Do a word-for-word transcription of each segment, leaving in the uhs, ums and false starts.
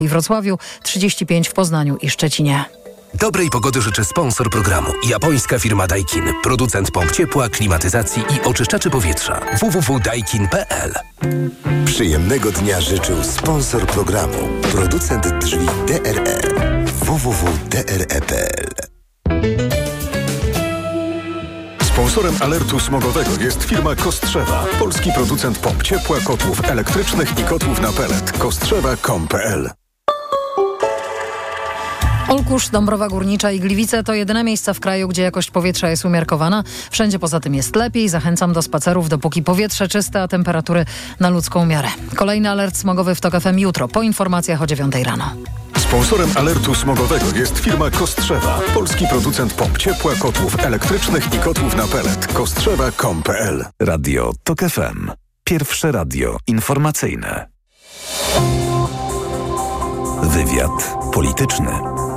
i Wrocławiu, trzydzieści pięć w Poznaniu i Szczecinie. Dobrej pogody życzy sponsor programu. Japońska firma Daikin. Producent pomp ciepła, klimatyzacji i oczyszczaczy powietrza. w w w kropka daikin kropka p l. Przyjemnego dnia życzył sponsor programu. Producent drzwi D R E. w w w kropka d r e kropka p l. Sponsorem alertu smogowego jest firma Kostrzewa. Polski producent pomp ciepła, kotłów elektrycznych i kotłów na pelet. kostrzewa kropka com kropka p l. Olkusz, Dąbrowa Górnicza i Gliwice to jedyne miejsca w kraju, gdzie jakość powietrza jest umiarkowana. Wszędzie poza tym jest lepiej. Zachęcam do spacerów, dopóki powietrze czyste, a temperatury na ludzką miarę. Kolejny alert smogowy w TOK F M jutro, po informacjach o dziewiątej rano. Sponsorem alertu smogowego jest firma Kostrzewa. Polski producent pomp ciepła, kotłów elektrycznych i kotłów na pelet. kostrzewa kropka com kropka p l. Radio TOK F M. Pierwsze radio informacyjne. Wywiad polityczny.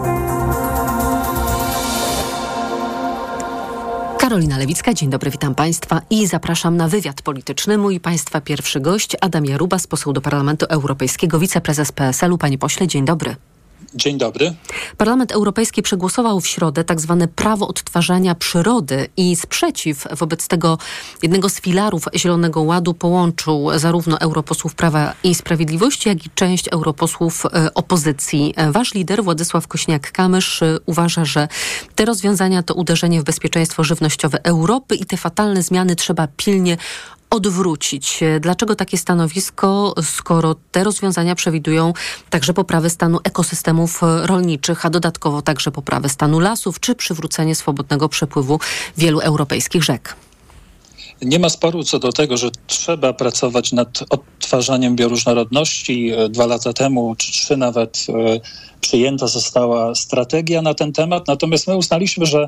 Karolina Lewicka, dzień dobry, witam Państwa i zapraszam na wywiad polityczny. Mój Państwa pierwszy gość, Adam Jarubas, poseł do Parlamentu Europejskiego, wiceprezes P S L u. Panie pośle, dzień dobry. Dzień dobry. Parlament Europejski przegłosował w środę tak zwane prawo odtwarzania przyrody i sprzeciw wobec tego jednego z filarów Zielonego Ładu połączył zarówno europosłów Prawa i Sprawiedliwości, jak i część europosłów e, opozycji. Wasz lider Władysław Kośniak-Kamysz e, uważa, że te rozwiązania to uderzenie w bezpieczeństwo żywnościowe Europy i te fatalne zmiany trzeba pilnie odwrócić. Dlaczego takie stanowisko, skoro te rozwiązania przewidują także poprawę stanu ekosystemów rolniczych, a dodatkowo także poprawę stanu lasów, czy przywrócenie swobodnego przepływu wielu europejskich rzek? Nie ma sporu co do tego, że trzeba pracować nad odtwarzaniem bioróżnorodności. Dwa lata temu, czy trzy nawet, przyjęta została strategia na ten temat. Natomiast my uznaliśmy, że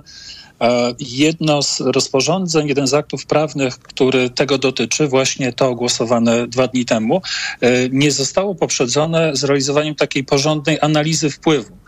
jedno z rozporządzeń, jeden z aktów prawnych, który tego dotyczy, właśnie to ogłosowane dwa dni temu, nie zostało poprzedzone zrealizowaniem takiej porządnej analizy wpływu.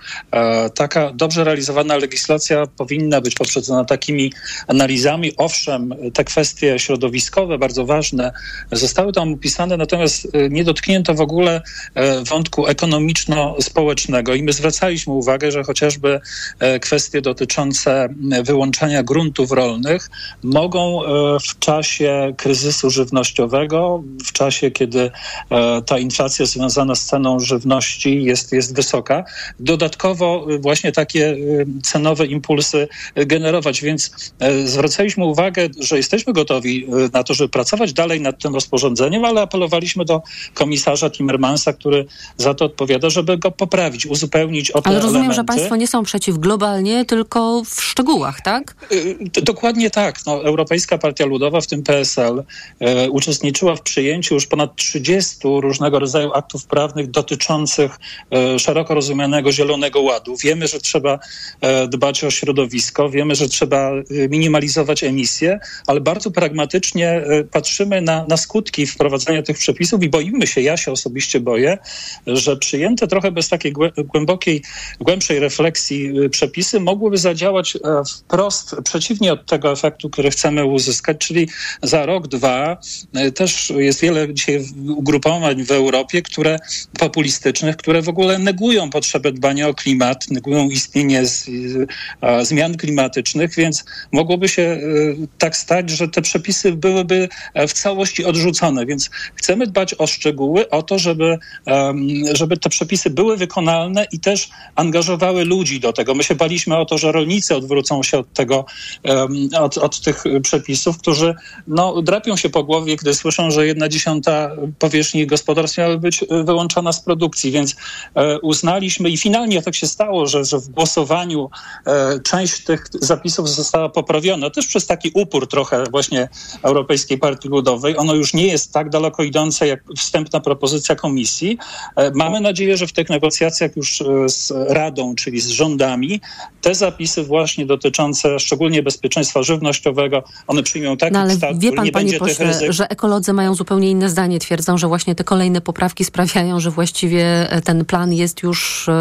Taka dobrze realizowana legislacja powinna być poprzedzona takimi analizami. Owszem, te kwestie środowiskowe, bardzo ważne, zostały tam opisane, natomiast nie dotknięto w ogóle wątku ekonomiczno-społecznego i my zwracaliśmy uwagę, że chociażby kwestie dotyczące wyłączania gruntów rolnych mogą w czasie kryzysu żywnościowego, w czasie, kiedy ta inflacja związana z ceną żywności jest, jest wysoka, dodatkowo właśnie takie cenowe impulsy generować. Więc zwracaliśmy uwagę, że jesteśmy gotowi na to, żeby pracować dalej nad tym rozporządzeniem, ale apelowaliśmy do komisarza Timmermansa, który za to odpowiada, żeby go poprawić, uzupełnić o te Ale rozumiem, elementy. że państwo nie są przeciw globalnie, tylko w szczegółach, tak? Dokładnie tak. No, Europejska Partia Ludowa, w tym P S L, e, uczestniczyła w przyjęciu już ponad trzydziestu różnego rodzaju aktów prawnych dotyczących e, szeroko rozumianego Zielonego Ładu. Wiemy, że trzeba e, dbać o środowisko, wiemy, że trzeba e, minimalizować emisje, ale bardzo pragmatycznie e, patrzymy na, na skutki wprowadzania tych przepisów i boimy się, ja się osobiście boję, że przyjęte trochę bez takiej głębokiej, głębszej refleksji e, przepisy mogłyby zadziałać e, wprost przeciwnie od tego efektu, który chcemy uzyskać, czyli za rok, dwa e, też jest wiele dzisiaj ugrupowań w Europie, które populistycznych, które w ogóle negują potrzebę dbania o klimat, negują istnienie z, a, zmian klimatycznych, więc mogłoby się e, tak stać, że te przepisy byłyby w całości odrzucone, więc chcemy dbać o szczegóły, o to, żeby, um, żeby te przepisy były wykonalne i też angażowały ludzi do tego. My się baliśmy o to, że rolnicy odwrócą się od tego, um, od, od tych przepisów, którzy no, drapią się po głowie, gdy słyszą, że jedna dziesiąta powierzchni gospodarstw miały być wyłączona z produkcji, więc e, uznaliśmy i finalnie tak się stało, że, że w głosowaniu e, część tych zapisów została poprawiona, też przez taki upór trochę właśnie Europejskiej Partii Ludowej. Ono już nie jest tak daleko idące jak wstępna propozycja komisji. E, mamy nadzieję, że w tych negocjacjach już e, z Radą, czyli z rządami, te zapisy właśnie dotyczące szczególnie bezpieczeństwa żywnościowego, one przyjmą taki no, ale kształt, wie który pan, nie panie będzie pośle, tych ryzyk. że ekolodzy mają zupełnie inne zdanie. Twierdzą, że właśnie te kolejne poprawki sprawiają, że właściwie ten plan jest już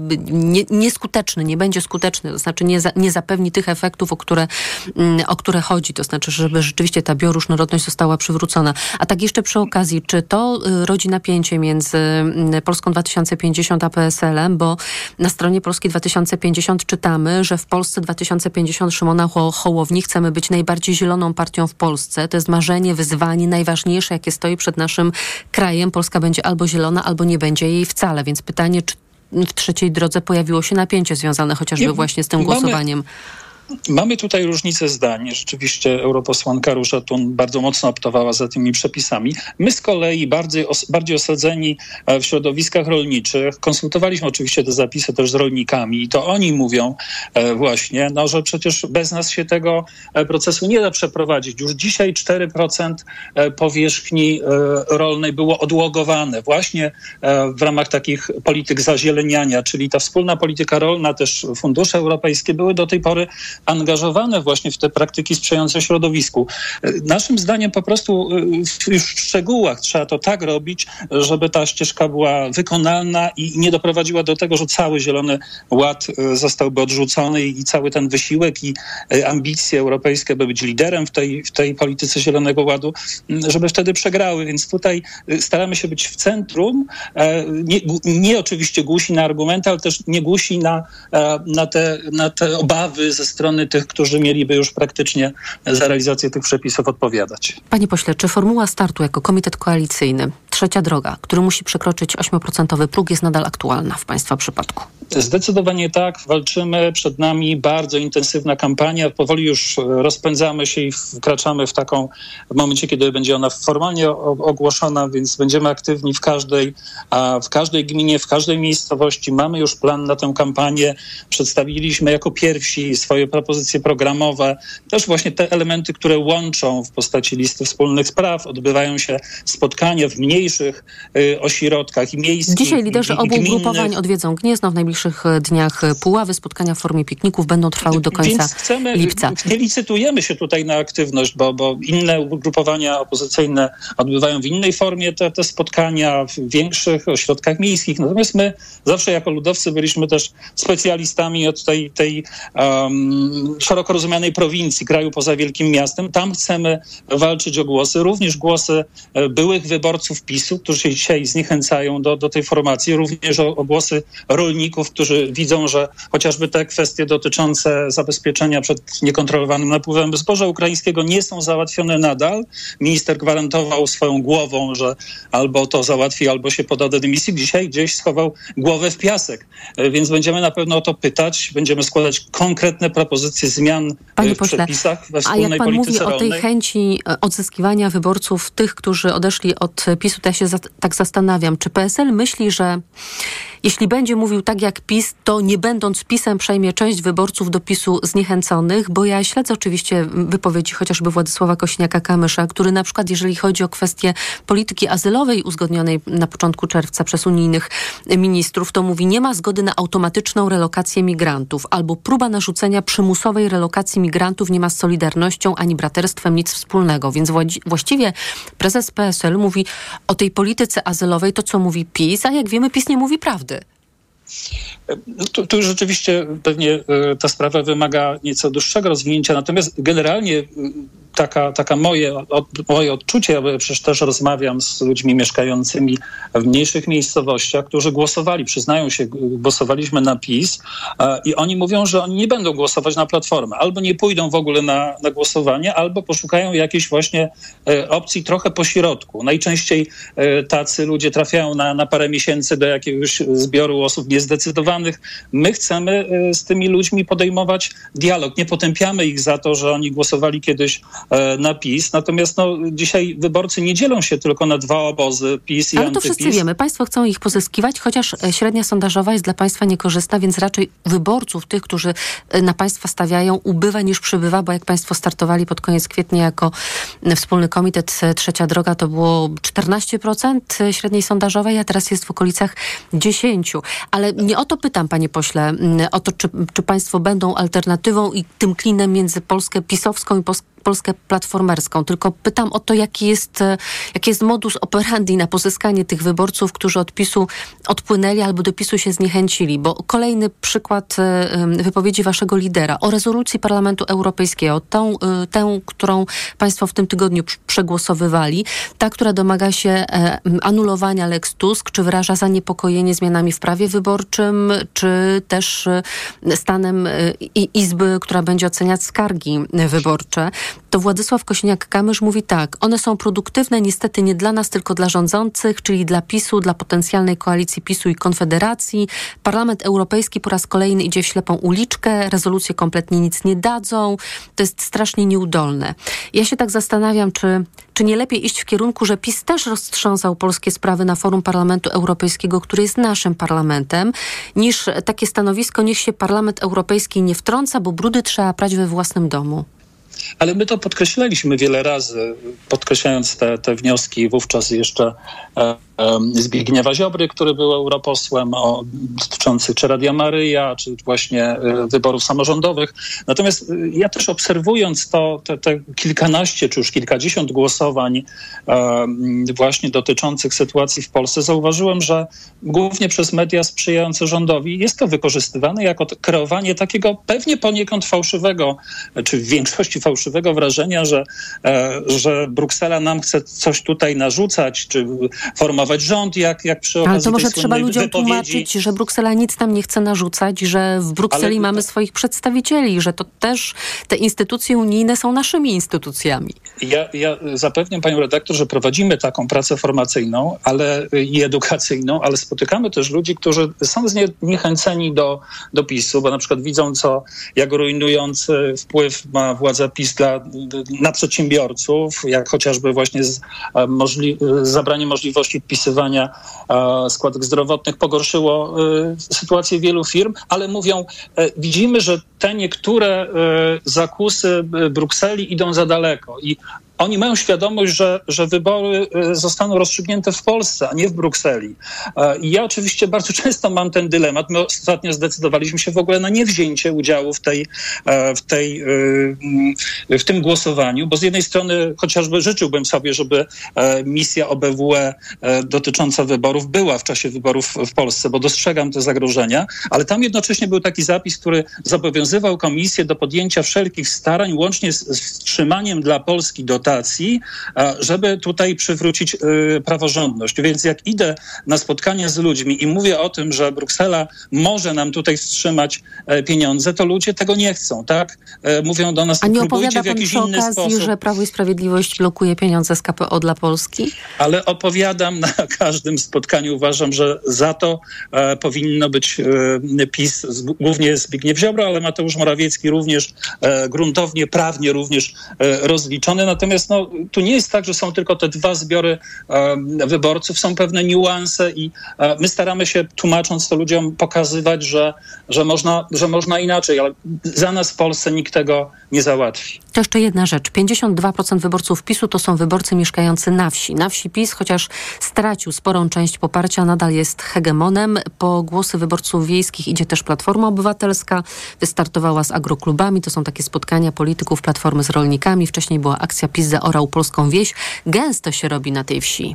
nie, nieskuteczny, nie będzie skuteczny, to znaczy nie, za, nie zapewni tych efektów, o które, o które chodzi, to znaczy, żeby rzeczywiście ta bioróżnorodność została przywrócona. A tak jeszcze przy okazji, czy to rodzi napięcie między Polską dwa tysiące pięćdziesiąt a P S L-em, bo na stronie Polski dwa tysiące pięćdziesiąt czytamy, że w Polsce dwa tysiące pięćdziesiąt Szymona Hołowni chcemy być najbardziej zieloną partią w Polsce. To jest marzenie, wyzwanie najważniejsze, jakie stoi przed naszym krajem. Polska będzie albo zielona, albo nie będzie jej wcale. Więc pytanie, czy w trzeciej drodze pojawiło się napięcie związane chociażby nie, właśnie z tym mamy... głosowaniem? Mamy tutaj różnicę zdań. Rzeczywiście europosłanka Róża Thun bardzo mocno optowała za tymi przepisami. My z kolei bardziej, os, bardziej osadzeni w środowiskach rolniczych konsultowaliśmy oczywiście te zapisy też z rolnikami i to oni mówią e, właśnie, no, że przecież bez nas się tego procesu nie da przeprowadzić. Już dzisiaj cztery procent powierzchni e, rolnej było odłogowane właśnie e, w ramach takich polityk zazieleniania, czyli ta wspólna polityka rolna, też fundusze europejskie były do tej pory angażowane właśnie w te praktyki sprzyjające środowisku. Naszym zdaniem po prostu już w szczegółach trzeba to tak robić, żeby ta ścieżka była wykonalna i nie doprowadziła do tego, że cały Zielony Ład zostałby odrzucony i cały ten wysiłek i ambicje europejskie, by być liderem w tej, w tej polityce Zielonego Ładu, żeby wtedy przegrały. Więc tutaj staramy się być w centrum, nie, nie oczywiście głusi na argumenty, ale też nie głusi na, na, te, na te obawy ze strony tych, którzy mieliby już praktycznie za realizację tych przepisów odpowiadać. Panie pośle, czy formuła startu jako komitet koalicyjny, trzecia droga, który musi przekroczyć ośmioprocentowy próg, jest nadal aktualna w Państwa przypadku? Zdecydowanie tak. Walczymy. Przed nami bardzo intensywna kampania. Powoli już rozpędzamy się i wkraczamy w taką, w momencie, kiedy będzie ona formalnie ogłoszona, więc będziemy aktywni w każdej, w każdej gminie, w każdej miejscowości. Mamy już plan na tę kampanię. Przedstawiliśmy jako pierwsi swoje propozycje programowe. Też właśnie te elementy, które łączą w postaci listy wspólnych spraw. Odbywają się spotkania w mniejszych y, ośrodkach i miejskich. Dzisiaj liderzy i, i obu gminnych. ugrupowań odwiedzą Gniezno. W najbliższych dniach Puławy. Spotkania w formie pikników będą trwały do końca Więc chcemy, lipca. Nie licytujemy się tutaj na aktywność, bo, bo inne ugrupowania opozycyjne odbywają w innej formie te, te spotkania w większych ośrodkach miejskich. Natomiast my zawsze jako ludowcy byliśmy też specjalistami od tej, tej um, szeroko rozumianej prowincji, kraju poza wielkim miastem. Tam chcemy walczyć o głosy, również głosy byłych wyborców PiSu, którzy się dzisiaj zniechęcają do, do tej formacji, również o, o głosy rolników, którzy widzą, że chociażby te kwestie dotyczące zabezpieczenia przed niekontrolowanym napływem zboża ukraińskiego nie są załatwione nadal. Minister gwarantował swoją głową, że albo to załatwi, albo się poda do dymisji. Dzisiaj gdzieś schował głowę w piasek. Więc będziemy na pewno o to pytać. Będziemy składać konkretne propozycje zmian Panie w pośle, przepisach we a wspólnej jak pan polityce mówi rolnej. o tej chęci odzyskiwania wyborców, tych, którzy odeszli od PiSu, to ja się za, tak zastanawiam, czy P S L myśli, że jeśli będzie mówił tak jak PiS, to nie będąc PiS-em przejmie część wyborców do PiSu zniechęconych, bo ja śledzę oczywiście wypowiedzi chociażby Władysława Kosiniaka-Kamysza, który na przykład, jeżeli chodzi o kwestię polityki azylowej uzgodnionej na początku czerwca przez unijnych ministrów, to mówi, nie ma zgody na automatyczną relokację migrantów albo próba narzucenia przymusowej relokacji migrantów nie ma z Solidarnością ani braterstwem nic wspólnego. Więc właściwie prezes P S L mówi o tej polityce azylowej to, co mówi PiS, a jak wiemy, PiS nie mówi prawdy. No tu, tu rzeczywiście pewnie y, ta sprawa wymaga nieco dłuższego rozwinięcia, natomiast generalnie y, taka, taka moje, od, moje odczucie, bo przecież też rozmawiam z ludźmi mieszkającymi w mniejszych miejscowościach, którzy głosowali, przyznają się, głosowaliśmy na PiS a, i oni mówią, że oni nie będą głosować na Platformę. Albo nie pójdą w ogóle na, na głosowanie, albo poszukają jakiejś właśnie e, opcji trochę pośrodku. Najczęściej e, tacy ludzie trafiają na, na parę miesięcy do jakiegoś zbioru osób niezdecydowanych. My chcemy e, z tymi ludźmi podejmować dialog. Nie potępiamy ich za to, że oni głosowali kiedyś na PiS. Natomiast no, dzisiaj wyborcy nie dzielą się tylko na dwa obozy, PiS i Ale antyPiS. to wszyscy wiemy. Państwo chcą ich pozyskiwać, chociaż średnia sondażowa jest dla państwa niekorzystna, więc raczej wyborców, tych, którzy na państwa stawiają, ubywa niż przybywa, bo jak państwo startowali pod koniec kwietnia jako wspólny komitet Trzecia Droga, to było czternaście procent średniej sondażowej, a teraz jest w okolicach dziesięć procent. Ale nie o to pytam, panie pośle, o to, czy, czy państwo będą alternatywą i tym klinem między Polskę pisowską i Polskę Polskę platformerską, tylko pytam o to, jaki jest, jaki jest modus operandi na pozyskanie tych wyborców, którzy od PiSu odpłynęli albo do PiSu się zniechęcili, bo kolejny przykład wypowiedzi waszego lidera o rezolucji Parlamentu Europejskiego, tą, tę, którą państwo w tym tygodniu przegłosowywali, ta, która domaga się anulowania Lex Tusk, czy wyraża zaniepokojenie zmianami w prawie wyborczym, czy też stanem Izby, która będzie oceniać skargi wyborcze, to Władysław Kosiniak-Kamysz mówi tak: one są produktywne niestety nie dla nas, tylko dla rządzących, czyli dla PiSu, dla potencjalnej koalicji PiSu i Konfederacji. Parlament Europejski po raz kolejny idzie w ślepą uliczkę, rezolucje kompletnie nic nie dadzą, to jest strasznie nieudolne. Ja się tak zastanawiam, czy, czy nie lepiej iść w kierunku, że PiS też roztrząsał polskie sprawy na forum Parlamentu Europejskiego, który jest naszym parlamentem, niż takie stanowisko: niech się Parlament Europejski nie wtrąca, bo brudy trzeba prać we własnym domu. Ale my to podkreślaliśmy wiele razy, podkreślając te, te wnioski wówczas jeszcze e, e, Zbigniewa Ziobry, który był europosłem, o, dotyczących czy Radia Maryja, czy właśnie e, wyborów samorządowych. Natomiast e, ja też obserwując to, te, te kilkanaście czy już kilkadziesiąt głosowań e, właśnie dotyczących sytuacji w Polsce, zauważyłem, że głównie przez media sprzyjające rządowi jest to wykorzystywane jako kreowanie takiego pewnie poniekąd fałszywego, czy w większości fałszywego wrażenia, że, e, że Bruksela nam chce coś tutaj narzucać, czy formować rząd, jak, jak przy okazji. Ale to może trzeba ludziom wypowiedzi. tłumaczyć, że Bruksela nic nam nie chce narzucać, że w Brukseli Ale... mamy swoich przedstawicieli, że to też te instytucje unijne są naszymi instytucjami. Ja, ja zapewniam panią redaktor, że prowadzimy taką pracę formacyjną ale i edukacyjną, ale spotykamy też ludzi, którzy są zniechęceni do, do PiSu, bo na przykład widzą, co, jak rujnujący wpływ ma władza PiS dla, na przedsiębiorców, jak chociażby właśnie z, możli, zabranie możliwości wpisywania e, składek zdrowotnych pogorszyło e, sytuację wielu firm, ale mówią, e, widzimy, że te niektóre e, zakusy Brukseli idą za daleko i oni mają świadomość, że, że wybory zostaną rozstrzygnięte w Polsce, a nie w Brukseli. I ja oczywiście bardzo często mam ten dylemat. My ostatnio zdecydowaliśmy się w ogóle na niewzięcie udziału w tej, w tej, w tym głosowaniu, bo z jednej strony chociażby życzyłbym sobie, żeby misja O B W E dotycząca wyborów była w czasie wyborów w Polsce, bo dostrzegam te zagrożenia, ale tam jednocześnie był taki zapis, który zobowiązywał komisję do podjęcia wszelkich starań, łącznie z wstrzymaniem dla Polski dotacji, żeby tutaj przywrócić y, praworządność. Więc jak idę na spotkania z ludźmi i mówię o tym, że Bruksela może nam tutaj wstrzymać e, pieniądze, to ludzie tego nie chcą, tak? E, mówią do nas, A nie próbujcie opowiada w jakiś pan przy inny okazji, sposób. że Prawo i Sprawiedliwość blokuje pieniądze z K P O dla Polski? Ale opowiadam na każdym spotkaniu. Uważam, że za to e, powinno być e, PiS, z, głównie Zbigniew Ziobro, ale Mateusz Morawiecki również e, gruntownie, prawnie również e, rozliczony. Natomiast no, tu nie jest tak, że są tylko te dwa zbiory e, wyborców, są pewne niuanse i e, my staramy się, tłumacząc to ludziom, pokazywać, że, że, można, że można inaczej, ale za nas w Polsce nikt tego nie załatwi. To jeszcze jedna rzecz. pięćdziesiąt dwa procent wyborców PiSu to są wyborcy mieszkający na wsi. Na wsi PiS, chociaż stracił sporą część poparcia, nadal jest hegemonem. Po głosy wyborców wiejskich idzie też Platforma Obywatelska. Wystartowała z agroklubami. To są takie spotkania polityków Platformy z rolnikami. Wcześniej była akcja PiS zaorał polską wieś. Gęsto się robi na tej wsi.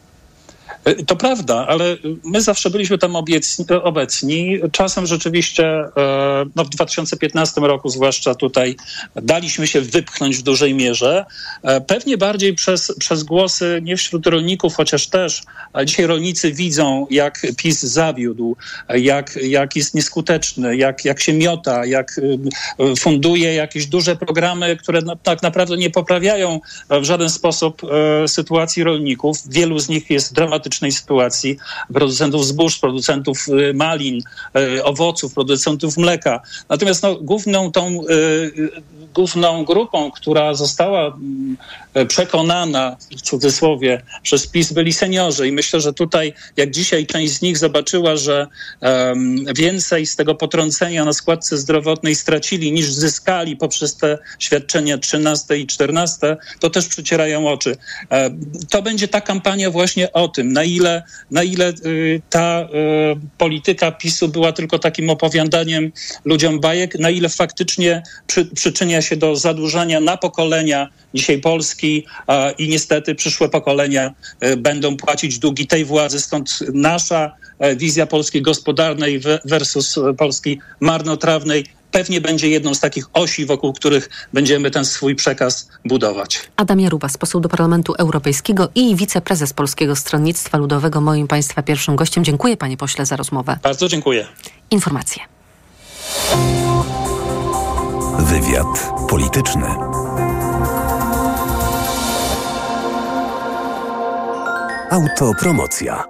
To prawda, ale my zawsze byliśmy tam obiecni, obecni. Czasem rzeczywiście no w dwa tysiące piętnastym roku zwłaszcza tutaj daliśmy się wypchnąć w dużej mierze. Pewnie bardziej przez, przez głosy nie wśród rolników, chociaż też. Dzisiaj rolnicy widzą, jak PiS zawiódł, jak, jak jest nieskuteczny, jak, jak się miota, jak funduje jakieś duże programy, które tak naprawdę nie poprawiają w żaden sposób sytuacji rolników. Wielu z nich jest dramatycznych sytuacji, producentów zbóż, producentów y, malin, y, owoców, producentów mleka. Natomiast no, główną tą y, główną grupą, która została y, przekonana, w cudzysłowie, przez PiS byli seniorzy i myślę, że tutaj, jak dzisiaj część z nich zobaczyła, że um, więcej z tego potrącenia na składce zdrowotnej stracili niż zyskali poprzez te świadczenia trzynaste i czternaste, to też przycierają oczy. E, to będzie ta kampania właśnie o tym, na ile, na ile ta polityka PiSu była tylko takim opowiadaniem ludziom bajek, na ile faktycznie przy, przyczynia się do zadłużania na pokolenia dzisiaj Polski i niestety przyszłe pokolenia będą płacić długi tej władzy. Stąd nasza wizja Polski gospodarnej versus Polski marnotrawnej pewnie będzie jedną z takich osi, wokół których będziemy ten swój przekaz budować. Adam Jarubas, poseł do Parlamentu Europejskiego i wiceprezes Polskiego Stronnictwa Ludowego, moim Państwa pierwszym gościem. Dziękuję, panie pośle, za rozmowę. Bardzo dziękuję. Informacje. Wywiad polityczny. Autopromocja.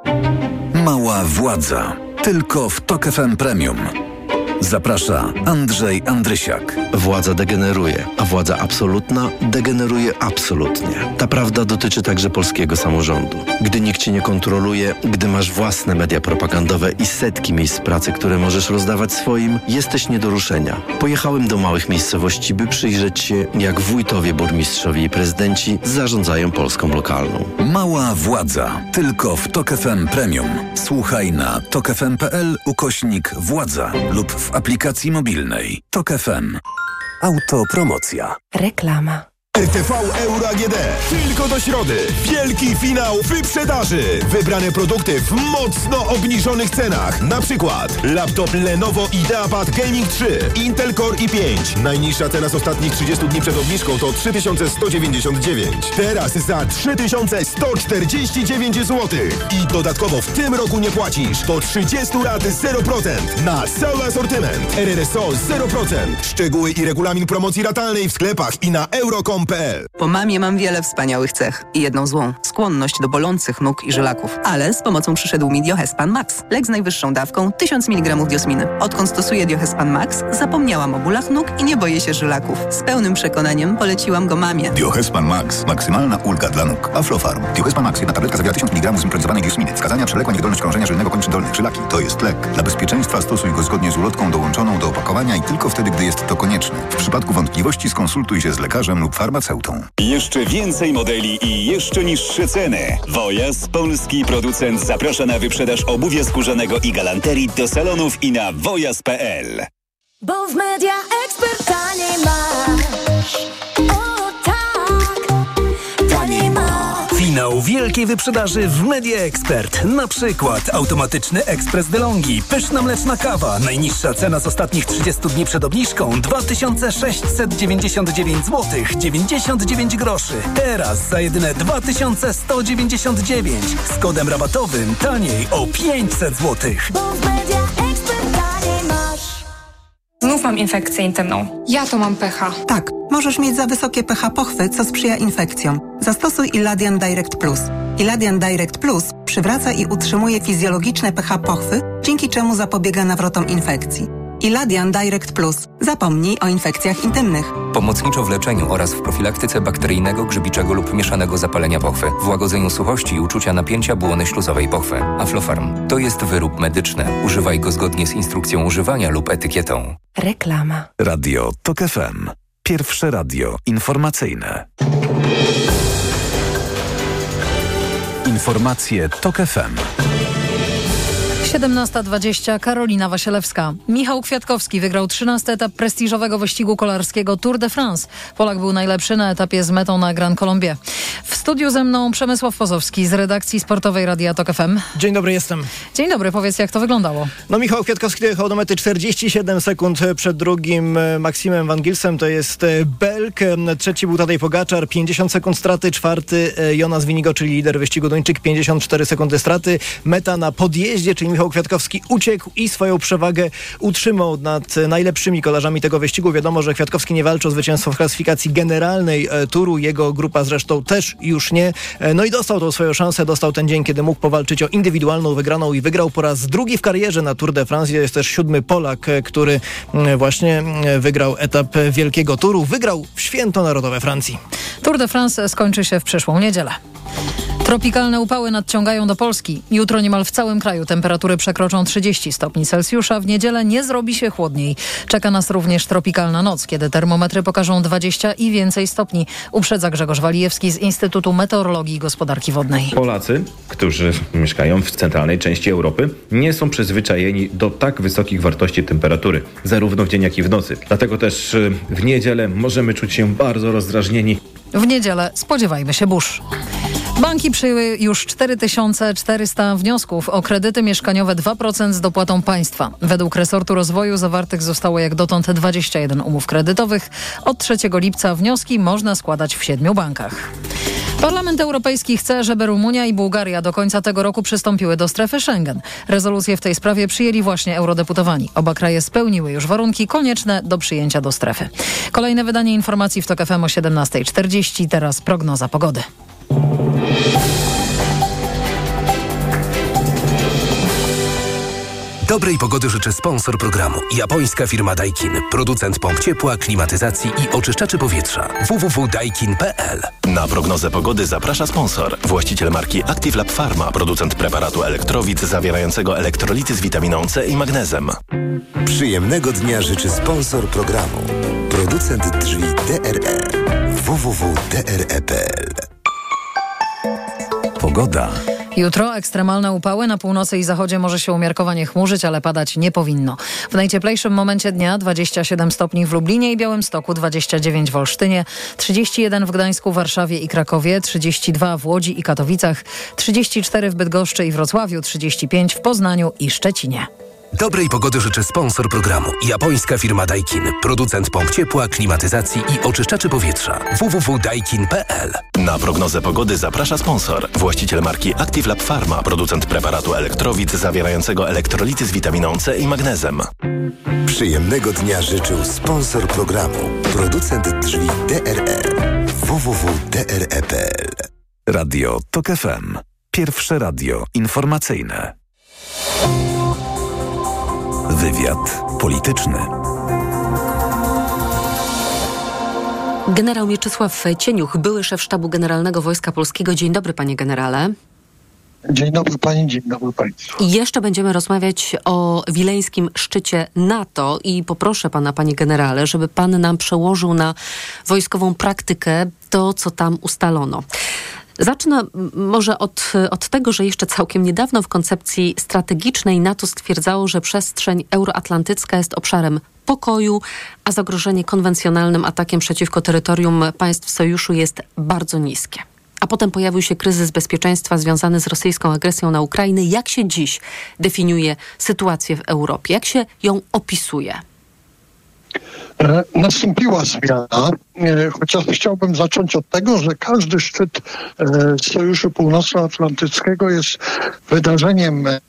Mała władza. Tylko w Tok F M Premium. Zaprasza Andrzej Andrysiak. Władza degeneruje, a władza absolutna degeneruje absolutnie. Ta prawda dotyczy także polskiego samorządu. Gdy nikt cię nie kontroluje, gdy masz własne media propagandowe i setki miejsc pracy, które możesz rozdawać swoim, jesteś nie do ruszenia. Pojechałem do małych miejscowości, by przyjrzeć się, jak wójtowie, burmistrzowie i prezydenci zarządzają Polską lokalną. Mała władza. Tylko w Tok F M Premium. Słuchaj na tokfm.pl ukośnik władza lub w aplikacji mobilnej. Tok F M. Autopromocja. Reklama. R T V Euro A G D. Tylko do środy. Wielki finał wyprzedaży. Wybrane produkty w mocno obniżonych cenach. Na przykład laptop Lenovo IdeaPad Gaming trzy, Intel Core i pięć. Najniższa cena z ostatnich trzydziestu dni przed obniżką to trzy tysiące sto dziewięćdziesiąt dziewięć. Teraz za trzy tysiące sto czterdzieści dziewięć złotych. I dodatkowo w tym roku nie płacisz. Po trzydzieści lat zero procent na cały asortyment. R R S O zero procent. Szczegóły i regulamin promocji ratalnej w sklepach i na euro kropka com kropka p l. Po mamie mam wiele wspaniałych cech i jedną złą. Skłonność do bolących nóg i żylaków. Ale z pomocą przyszedł mi Diohespan Max. Lek z najwyższą dawką tysiąc miligramów diosminy. Odkąd stosuję Diohespan Max, zapomniałam o bólach nóg i nie boję się żylaków. Z pełnym przekonaniem poleciłam go mamie. Diohespan Max. Maksymalna ulga dla nóg. Aflofarm. Diohespan Max. Jedna tabletka zawiera tysiąc miligramów zimpronizowanej diosminy. Wskazania: przewlekła niewydolność krążenia żylnego kończyn dolnych. Żylaki. To jest lek. Dla bezpieczeństwa stosuj go zgodnie z ulotką dołączoną do opakowania i tylko wtedy, gdy jest to konieczne. W przypadku wątpliwości skonsultuj się z lekarzem lub farmaceutą. Jeszcze więcej modeli i jeszcze niższe ceny. Wojas, polski producent, zaprasza na wyprzedaż obuwia skórzanego i galanterii do salonów i na wojas kropka p l. Bo w Media Expert taniej masz. O tak, taniej masz. Finał wielkiej wyprzedaży w Media Expert. Na przykład automatyczny ekspres DeLonghi, pyszna mleczna kawa. Najniższa cena z ostatnich trzydziestu dni przed obniżką dwa tysiące sześćset dziewięćdziesiąt dziewięć złotych dziewięćdziesiąt dziewięć groszy. Teraz za jedyne dwa tysiące sto dziewięćdziesiąt dziewięć. Z kodem rabatowym taniej o pięćset złotych. Bo w Media Expert taniej masz. Znów mam infekcję intymną. Ja to mam pH. Tak, możesz mieć za wysokie pH pochwy, co sprzyja infekcjom. Zastosuj Iladian Direct Plus. Iladian Direct Plus przywraca i utrzymuje fizjologiczne pH pochwy, dzięki czemu zapobiega nawrotom infekcji. Iladian Direct Plus. Zapomnij o infekcjach intymnych. Pomocniczo w leczeniu oraz w profilaktyce bakteryjnego, grzybiczego lub mieszanego zapalenia pochwy, w łagodzeniu suchości i uczucia napięcia błony śluzowej pochwy. Aflofarm to jest wyrób medyczny. Używaj go zgodnie z instrukcją używania lub etykietą. Reklama. Radio Tok F M. Pierwsze radio informacyjne. Informacje Tok F M. siedemnasta dwadzieścia, Karolina Wasielewska. Michał Kwiatkowski wygrał trzynasty etap prestiżowego wyścigu kolarskiego Tour de France. Polak był najlepszy na etapie z metą na Gran Colombie. W studiu ze mną Przemysław Pozowski z redakcji sportowej Radia Tok F M. Dzień dobry, jestem. Dzień dobry, powiedz, jak to wyglądało? No Michał Kwiatkowski dojechał do mety czterdzieści siedem sekund przed drugim Maksimem Van Gilsem, to jest Belg. Trzeci był Tadej Pogaczar, pięćdziesiąt sekund straty. Czwarty Jonas Winigo, czyli lider wyścigu, Duńczyk, pięćdziesiąt cztery sekundy straty. Meta na podjeździe, czyli Michał Kwiatkowski uciekł i swoją przewagę utrzymał nad najlepszymi kolarzami tego wyścigu. Wiadomo, że Kwiatkowski nie walczy o zwycięstwo w klasyfikacji generalnej Touru. Jego grupa zresztą też już nie. No i dostał tą swoją szansę, dostał ten dzień, kiedy mógł powalczyć o indywidualną wygraną i wygrał po raz drugi w karierze na Tour de France. Jest też siódmy Polak, który właśnie wygrał etap Wielkiego Touru. Wygrał w Święto Narodowe Francji. Tour de France skończy się w przyszłą niedzielę. Tropikalne upały nadciągają do Polski. Jutro niemal w całym kraju temperatury przekroczą trzydzieści stopni Celsjusza. W niedzielę nie zrobi się chłodniej. Czeka nas również tropikalna noc, kiedy termometry pokażą dwadzieścia i więcej stopni. Uprzedza Grzegorz Walijewski z Instytutu Meteorologii i Gospodarki Wodnej. Polacy, którzy mieszkają w centralnej części Europy, nie są przyzwyczajeni do tak wysokich wartości temperatury, zarówno w dzień, jak i w nocy. Dlatego też w niedzielę możemy czuć się bardzo rozdrażnieni. W niedzielę spodziewajmy się burz. Banki przyjęły już cztery tysiące czterysta wniosków o kredyty mieszkaniowe dwa procent z dopłatą państwa. Według resortu rozwoju zawartych zostało jak dotąd dwadzieścia jeden umów kredytowych. Od trzeciego lipca wnioski można składać w siedmiu bankach. Parlament Europejski chce, żeby Rumunia i Bułgaria do końca tego roku przystąpiły do strefy Schengen. Rezolucję w tej sprawie przyjęli właśnie eurodeputowani. Oba kraje spełniły już warunki konieczne do przyjęcia do strefy. Kolejne wydanie informacji w TOK F M o siedemnasta czterdzieści. Teraz prognoza pogody. Dobrej pogody życzy sponsor programu. Japońska firma Daikin. Producent pomp ciepła, klimatyzacji i oczyszczaczy powietrza. w w w kropka daikin kropka p l. Na prognozę pogody zaprasza sponsor. Właściciel marki Active Lab Pharma. Producent preparatu elektrowid zawierającego elektrolity z witaminą C i magnezem. Przyjemnego dnia życzy sponsor programu. Producent drzwi D R E. w w w kropka d r e kropka p l. Pogoda. Jutro ekstremalne upały. Na północy i zachodzie może się umiarkowanie chmurzyć, ale padać nie powinno. W najcieplejszym momencie dnia dwadzieścia siedem stopni w Lublinie i Białymstoku, dwadzieścia dziewięć w Olsztynie, trzydzieści jeden w Gdańsku, Warszawie i Krakowie, trzydzieści dwa w Łodzi i Katowicach, trzydzieści cztery w Bydgoszczy i Wrocławiu, trzydzieści pięć w Poznaniu i Szczecinie. Dobrej pogody życzy sponsor programu. Japońska firma Daikin. Producent pomp ciepła, klimatyzacji i oczyszczaczy powietrza. w w w kropka daikin kropka p l. Na prognozę pogody zaprasza sponsor. Właściciel marki Active Lab Pharma. Producent preparatu elektrowid zawierającego elektrolity z witaminą C i magnezem. Przyjemnego dnia życzył sponsor programu. Producent drzwi D R E. w w w kropka d r e kropka p l. Radio TOK F M. Pierwsze radio informacyjne. Wywiad polityczny. Generał Mieczysław Cieniuch, były szef Sztabu Generalnego Wojska Polskiego. Dzień dobry, panie generale. Dzień dobry pani, dzień dobry państwu. I jeszcze będziemy rozmawiać o wileńskim szczycie NATO i poproszę pana, panie generale, żeby pan nam przełożył na wojskową praktykę to, co tam ustalono. Zacznę może od, od tego, że jeszcze całkiem niedawno w koncepcji strategicznej NATO stwierdzało, że przestrzeń euroatlantycka jest obszarem pokoju, a zagrożenie konwencjonalnym atakiem przeciwko terytorium państw sojuszu jest bardzo niskie. A potem pojawił się kryzys bezpieczeństwa związany z rosyjską agresją na Ukrainę. Jak się dziś definiuje sytuację w Europie? Jak się ją opisuje? E, nastąpiła zmiana, e, chociaż chciałbym zacząć od tego, że każdy szczyt e, Sojuszu Północnoatlantyckiego jest wydarzeniem e,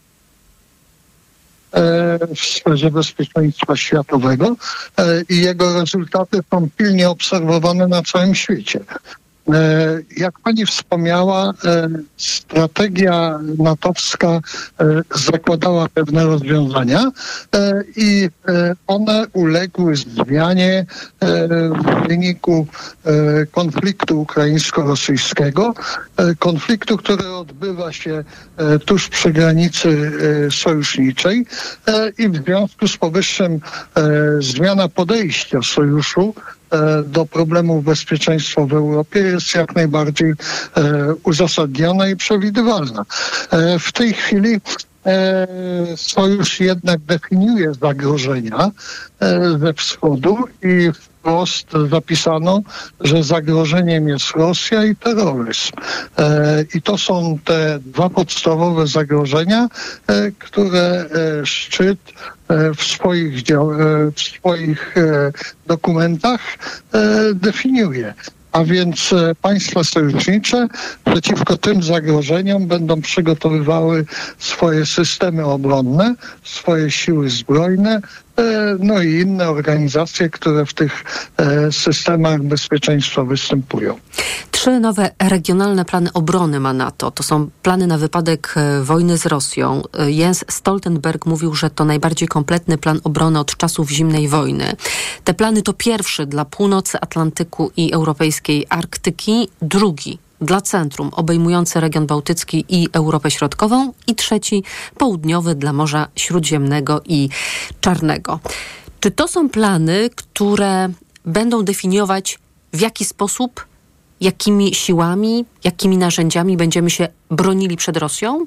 w sferze bezpieczeństwa światowego e, i jego rezultaty są pilnie obserwowane na całym świecie. Jak pani wspomniała, strategia natowska zakładała pewne rozwiązania i one uległy zmianie w wyniku konfliktu ukraińsko-rosyjskiego, konfliktu, który odbywa się tuż przy granicy sojuszniczej i w związku z powyższym zmiana podejścia sojuszu do problemów bezpieczeństwa w Europie jest jak najbardziej e, uzasadniona i przewidywalna. E, w tej chwili e, Sojusz jednak definiuje zagrożenia e, ze wschodu i wprost zapisano, że zagrożeniem jest Rosja i terroryzm. E, I to są te dwa podstawowe zagrożenia, e, które e, szczyt w swoich, w swoich dokumentach definiuje. A więc państwa sojusznicze przeciwko tym zagrożeniom będą przygotowywały swoje systemy obronne, swoje siły zbrojne, no i inne organizacje, które w tych systemach bezpieczeństwa występują. Trzy nowe regionalne plany obrony ma NATO. To są plany na wypadek wojny z Rosją. Jens Stoltenberg mówił, że to najbardziej kompletny plan obrony od czasów zimnej wojny. Te plany to pierwszy dla północy Atlantyku i europejskiej Arktyki, drugi dla centrum, obejmujący region bałtycki i Europę Środkową i trzeci południowy dla Morza Śródziemnego i Czarnego. Czy to są plany, które będą definiować, w jaki sposób, jakimi siłami, jakimi narzędziami będziemy się bronili przed Rosją?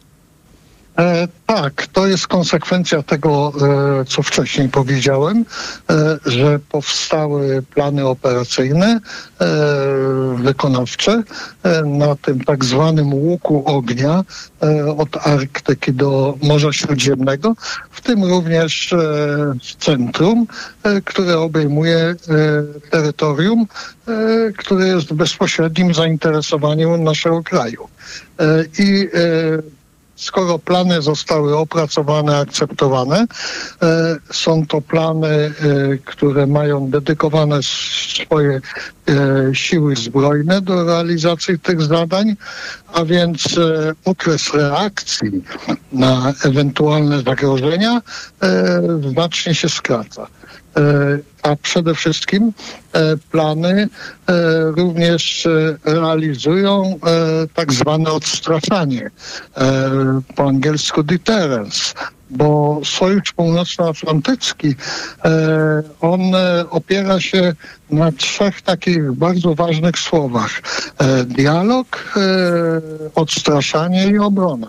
E, tak, to jest konsekwencja tego, e, co wcześniej powiedziałem, e, że powstały plany operacyjne, e, wykonawcze e, na tym tak zwanym łuku ognia e, od Arktyki do Morza Śródziemnego, w tym również e, centrum, e, które obejmuje e, terytorium, e, które jest w bezpośrednim zainteresowaniu naszego kraju. E, I e, Skoro plany zostały opracowane, akceptowane, e, są to plany, e, które mają dedykowane swoje e, siły zbrojne do realizacji tych zadań, a więc e, okres reakcji na ewentualne zagrożenia e, znacznie się skraca. A przede wszystkim plany również realizują tak zwane odstraszanie, po angielsku deterrence, bo Sojusz Północnoatlantycki, on opiera się na trzech takich bardzo ważnych słowach. Dialog, odstraszanie i obrona.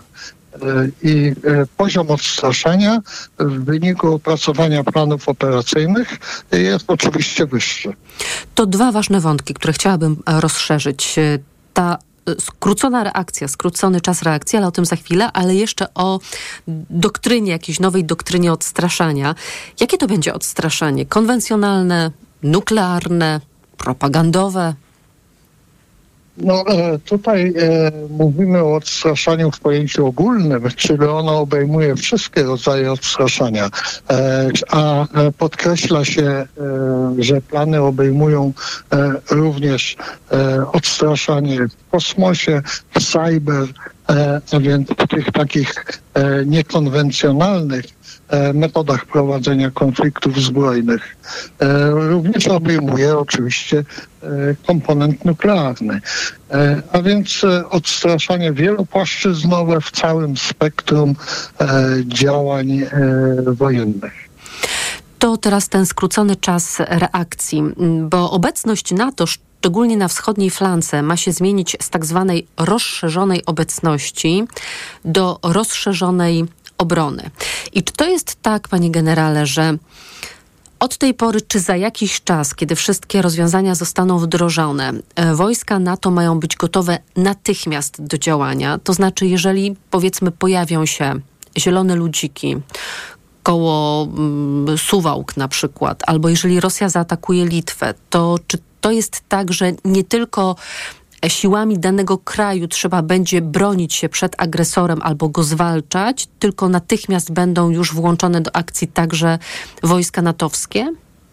I poziom odstraszania w wyniku opracowania planów operacyjnych jest oczywiście wyższy. To dwa ważne wątki, które chciałabym rozszerzyć. Ta skrócona reakcja, skrócony czas reakcji, ale o tym za chwilę, ale jeszcze o doktrynie, jakiejś nowej doktrynie odstraszania. Jakie to będzie odstraszanie? Konwencjonalne, nuklearne, propagandowe? No tutaj e, mówimy o odstraszaniu w pojęciu ogólnym, czyli ono obejmuje wszystkie rodzaje odstraszania, e, a podkreśla się, e, że plany obejmują e, również e, odstraszanie w kosmosie, w cyber, e, a więc w tych takich e, niekonwencjonalnych metodach prowadzenia konfliktów zbrojnych. Również obejmuje oczywiście komponent nuklearny. A więc odstraszanie wielopłaszczyznowe w całym spektrum działań wojennych. To teraz ten skrócony czas reakcji, bo obecność NATO, szczególnie na wschodniej flance, ma się zmienić z tak zwanej rozszerzonej obecności do rozszerzonej obrony. I czy to jest tak, panie generale, że od tej pory, czy za jakiś czas, kiedy wszystkie rozwiązania zostaną wdrożone, wojska NATO mają być gotowe natychmiast do działania? To znaczy, jeżeli powiedzmy pojawią się zielone ludziki koło mm, Suwałk na przykład, albo jeżeli Rosja zaatakuje Litwę, to czy to jest tak, że nie tylko siłami danego kraju trzeba będzie bronić się przed agresorem albo go zwalczać, tylko natychmiast będą już włączone do akcji także wojska natowskie?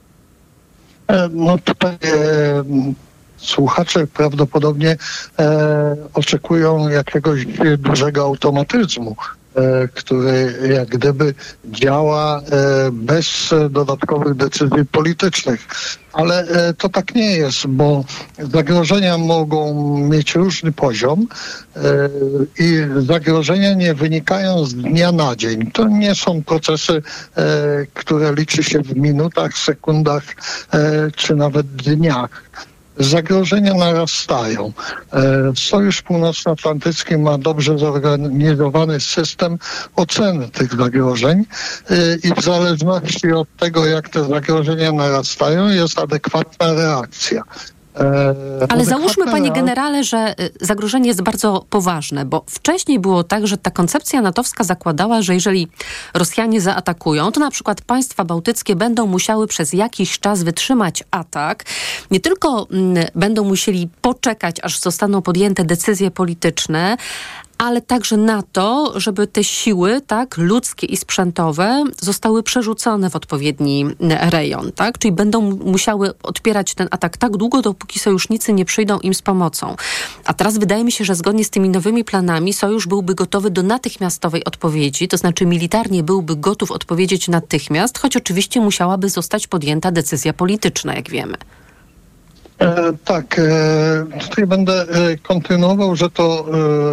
No tutaj e, słuchacze prawdopodobnie e, oczekują jakiegoś dużego automatyzmu, e, który jak gdyby działa e, bez dodatkowych decyzji politycznych. Ale e, to tak nie jest, bo zagrożenia mogą mieć różny poziom e, i zagrożenia nie wynikają z dnia na dzień. To nie są procesy, e, które liczy się w minutach, sekundach e, czy nawet dniach. Zagrożenia narastają. Sojusz Północnoatlantycki ma dobrze zorganizowany system oceny tych zagrożeń i w zależności od tego, jak te zagrożenia narastają, jest adekwatna reakcja. Ale załóżmy, panie generale, że zagrożenie jest bardzo poważne, bo wcześniej było tak, że ta koncepcja natowska zakładała, że jeżeli Rosjanie zaatakują, to na przykład państwa bałtyckie będą musiały przez jakiś czas wytrzymać atak. Nie tylko m, będą musieli poczekać, aż zostaną podjęte decyzje polityczne, ale także na to, żeby te siły, tak, ludzkie i sprzętowe zostały przerzucone w odpowiedni rejon, tak? Czyli będą musiały odpierać ten atak tak długo, dopóki sojusznicy nie przyjdą im z pomocą. A teraz wydaje mi się, że zgodnie z tymi nowymi planami sojusz byłby gotowy do natychmiastowej odpowiedzi, to znaczy militarnie byłby gotów odpowiedzieć natychmiast, choć oczywiście musiałaby zostać podjęta decyzja polityczna, jak wiemy. E, tak, e, tutaj będę e, kontynuował, że to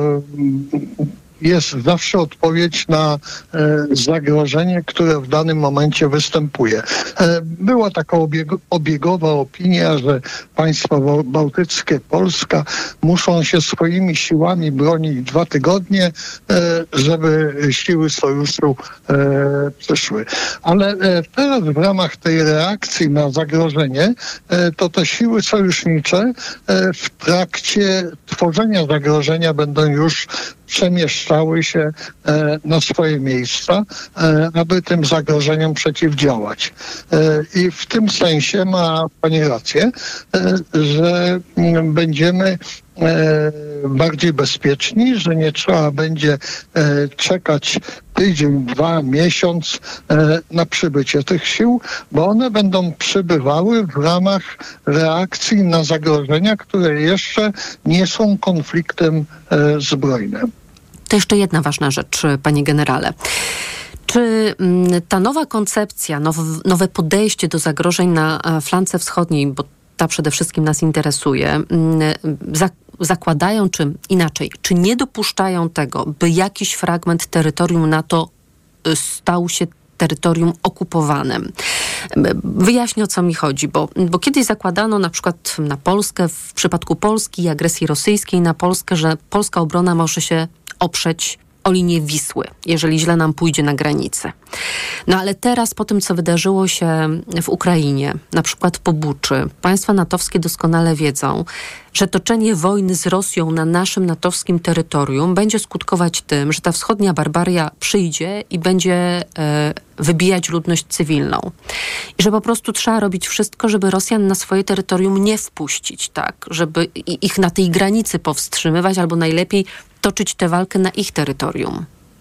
e, jest zawsze odpowiedź na e, zagrożenie, które w danym momencie występuje. E, była taka obieg- obiegowa opinia, że państwa bałtyckie, Polska muszą się swoimi siłami bronić dwa tygodnie, e, żeby siły sojuszu e, przyszły. Ale e, teraz w ramach tej reakcji na zagrożenie, e, to te siły sojusznicze e, w trakcie tworzenia zagrożenia będą już przemieszczały się e, na swoje miejsca, e, aby tym zagrożeniom przeciwdziałać. E, I w tym sensie ma Pani rację, e, że m, będziemy e, bardziej bezpieczni, że nie trzeba będzie e, czekać tydzień, dwa, miesiąc e, na przybycie tych sił, bo one będą przybywały w ramach reakcji na zagrożenia, które jeszcze nie są konfliktem e, zbrojnym. To jeszcze jedna ważna rzecz, panie generale. Czy ta nowa koncepcja, now, nowe podejście do zagrożeń na flance wschodniej, bo ta przede wszystkim nas interesuje, za, zakładają, czy inaczej, czy nie dopuszczają tego, by jakiś fragment terytorium NATO stał się terytorium okupowanym? Wyjaśnię, o co mi chodzi, bo, bo kiedyś zakładano na przykład na Polskę, w przypadku Polski i agresji rosyjskiej na Polskę, że polska obrona może się oprzeć o linię Wisły, jeżeli źle nam pójdzie na granicy. No ale teraz po tym, co wydarzyło się w Ukrainie, na przykład po Buczy, państwa natowskie doskonale wiedzą, że toczenie wojny z Rosją na naszym natowskim terytorium będzie skutkować tym, że ta wschodnia barbaria przyjdzie i będzie e, wybijać ludność cywilną. I że po prostu trzeba robić wszystko, żeby Rosjan na swoje terytorium nie wpuścić, tak? Żeby ich na tej granicy powstrzymywać, albo najlepiej toczyć tę walkę na ich terytorium.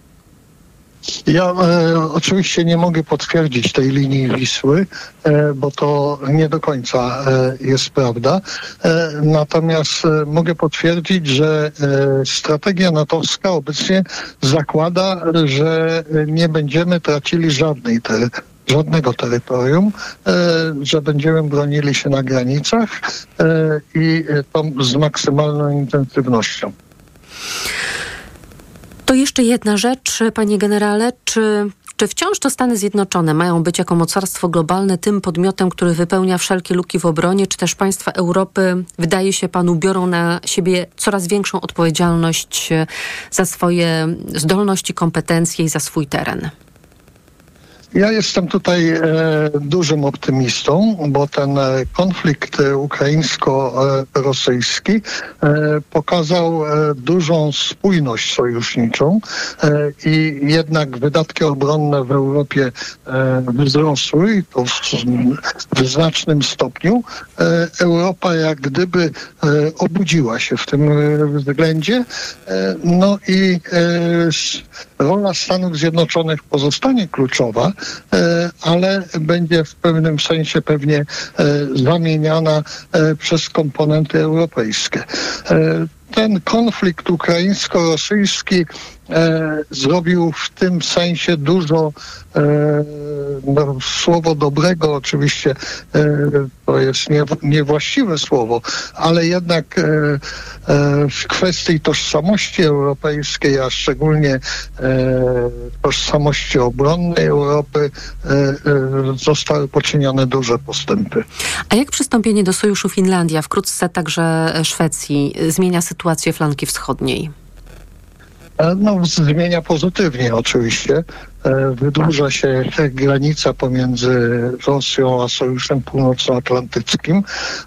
Ja e, oczywiście nie mogę potwierdzić tej linii Wisły, e, bo to nie do końca e, jest prawda. E, natomiast e, mogę potwierdzić, że e, strategia natowska obecnie zakłada, że nie będziemy tracili żadnej tery- żadnego terytorium, e, że będziemy bronili się na granicach e, i to z maksymalną intensywnością. To jeszcze jedna rzecz, panie generale. Czy, czy wciąż to Stany Zjednoczone mają być jako mocarstwo globalne tym podmiotem, który wypełnia wszelkie luki w obronie, czy też państwa Europy, wydaje się panu, biorą na siebie coraz większą odpowiedzialność za swoje zdolności, kompetencje i za swój teren? Ja jestem tutaj e, dużym optymistą, bo ten e, konflikt e, ukraińsko-rosyjski e, pokazał e, dużą spójność sojuszniczą e, i jednak wydatki obronne w Europie e, wzrosły i to w, w znacznym stopniu. E, Europa jak gdyby e, obudziła się w tym e, względzie. E, no i e, rola Stanów Zjednoczonych pozostanie kluczowa, ale będzie w pewnym sensie pewnie zamieniana przez komponenty europejskie. Ten konflikt ukraińsko-rosyjski e, zrobił w tym sensie dużo, e, no, słowo dobrego oczywiście e, to jest nie, niewłaściwe słowo, ale jednak e, e, w kwestii tożsamości europejskiej, a szczególnie e, tożsamości obronnej Europy e, e, zostały poczynione duże postępy. A jak przystąpienie do sojuszu Finlandii, a wkrótce także Szwecji, zmienia sytuację flanki wschodniej? No, zmienia pozytywnie oczywiście. Wydłuża się granica pomiędzy Rosją a Sojuszem Północnoatlantyckim,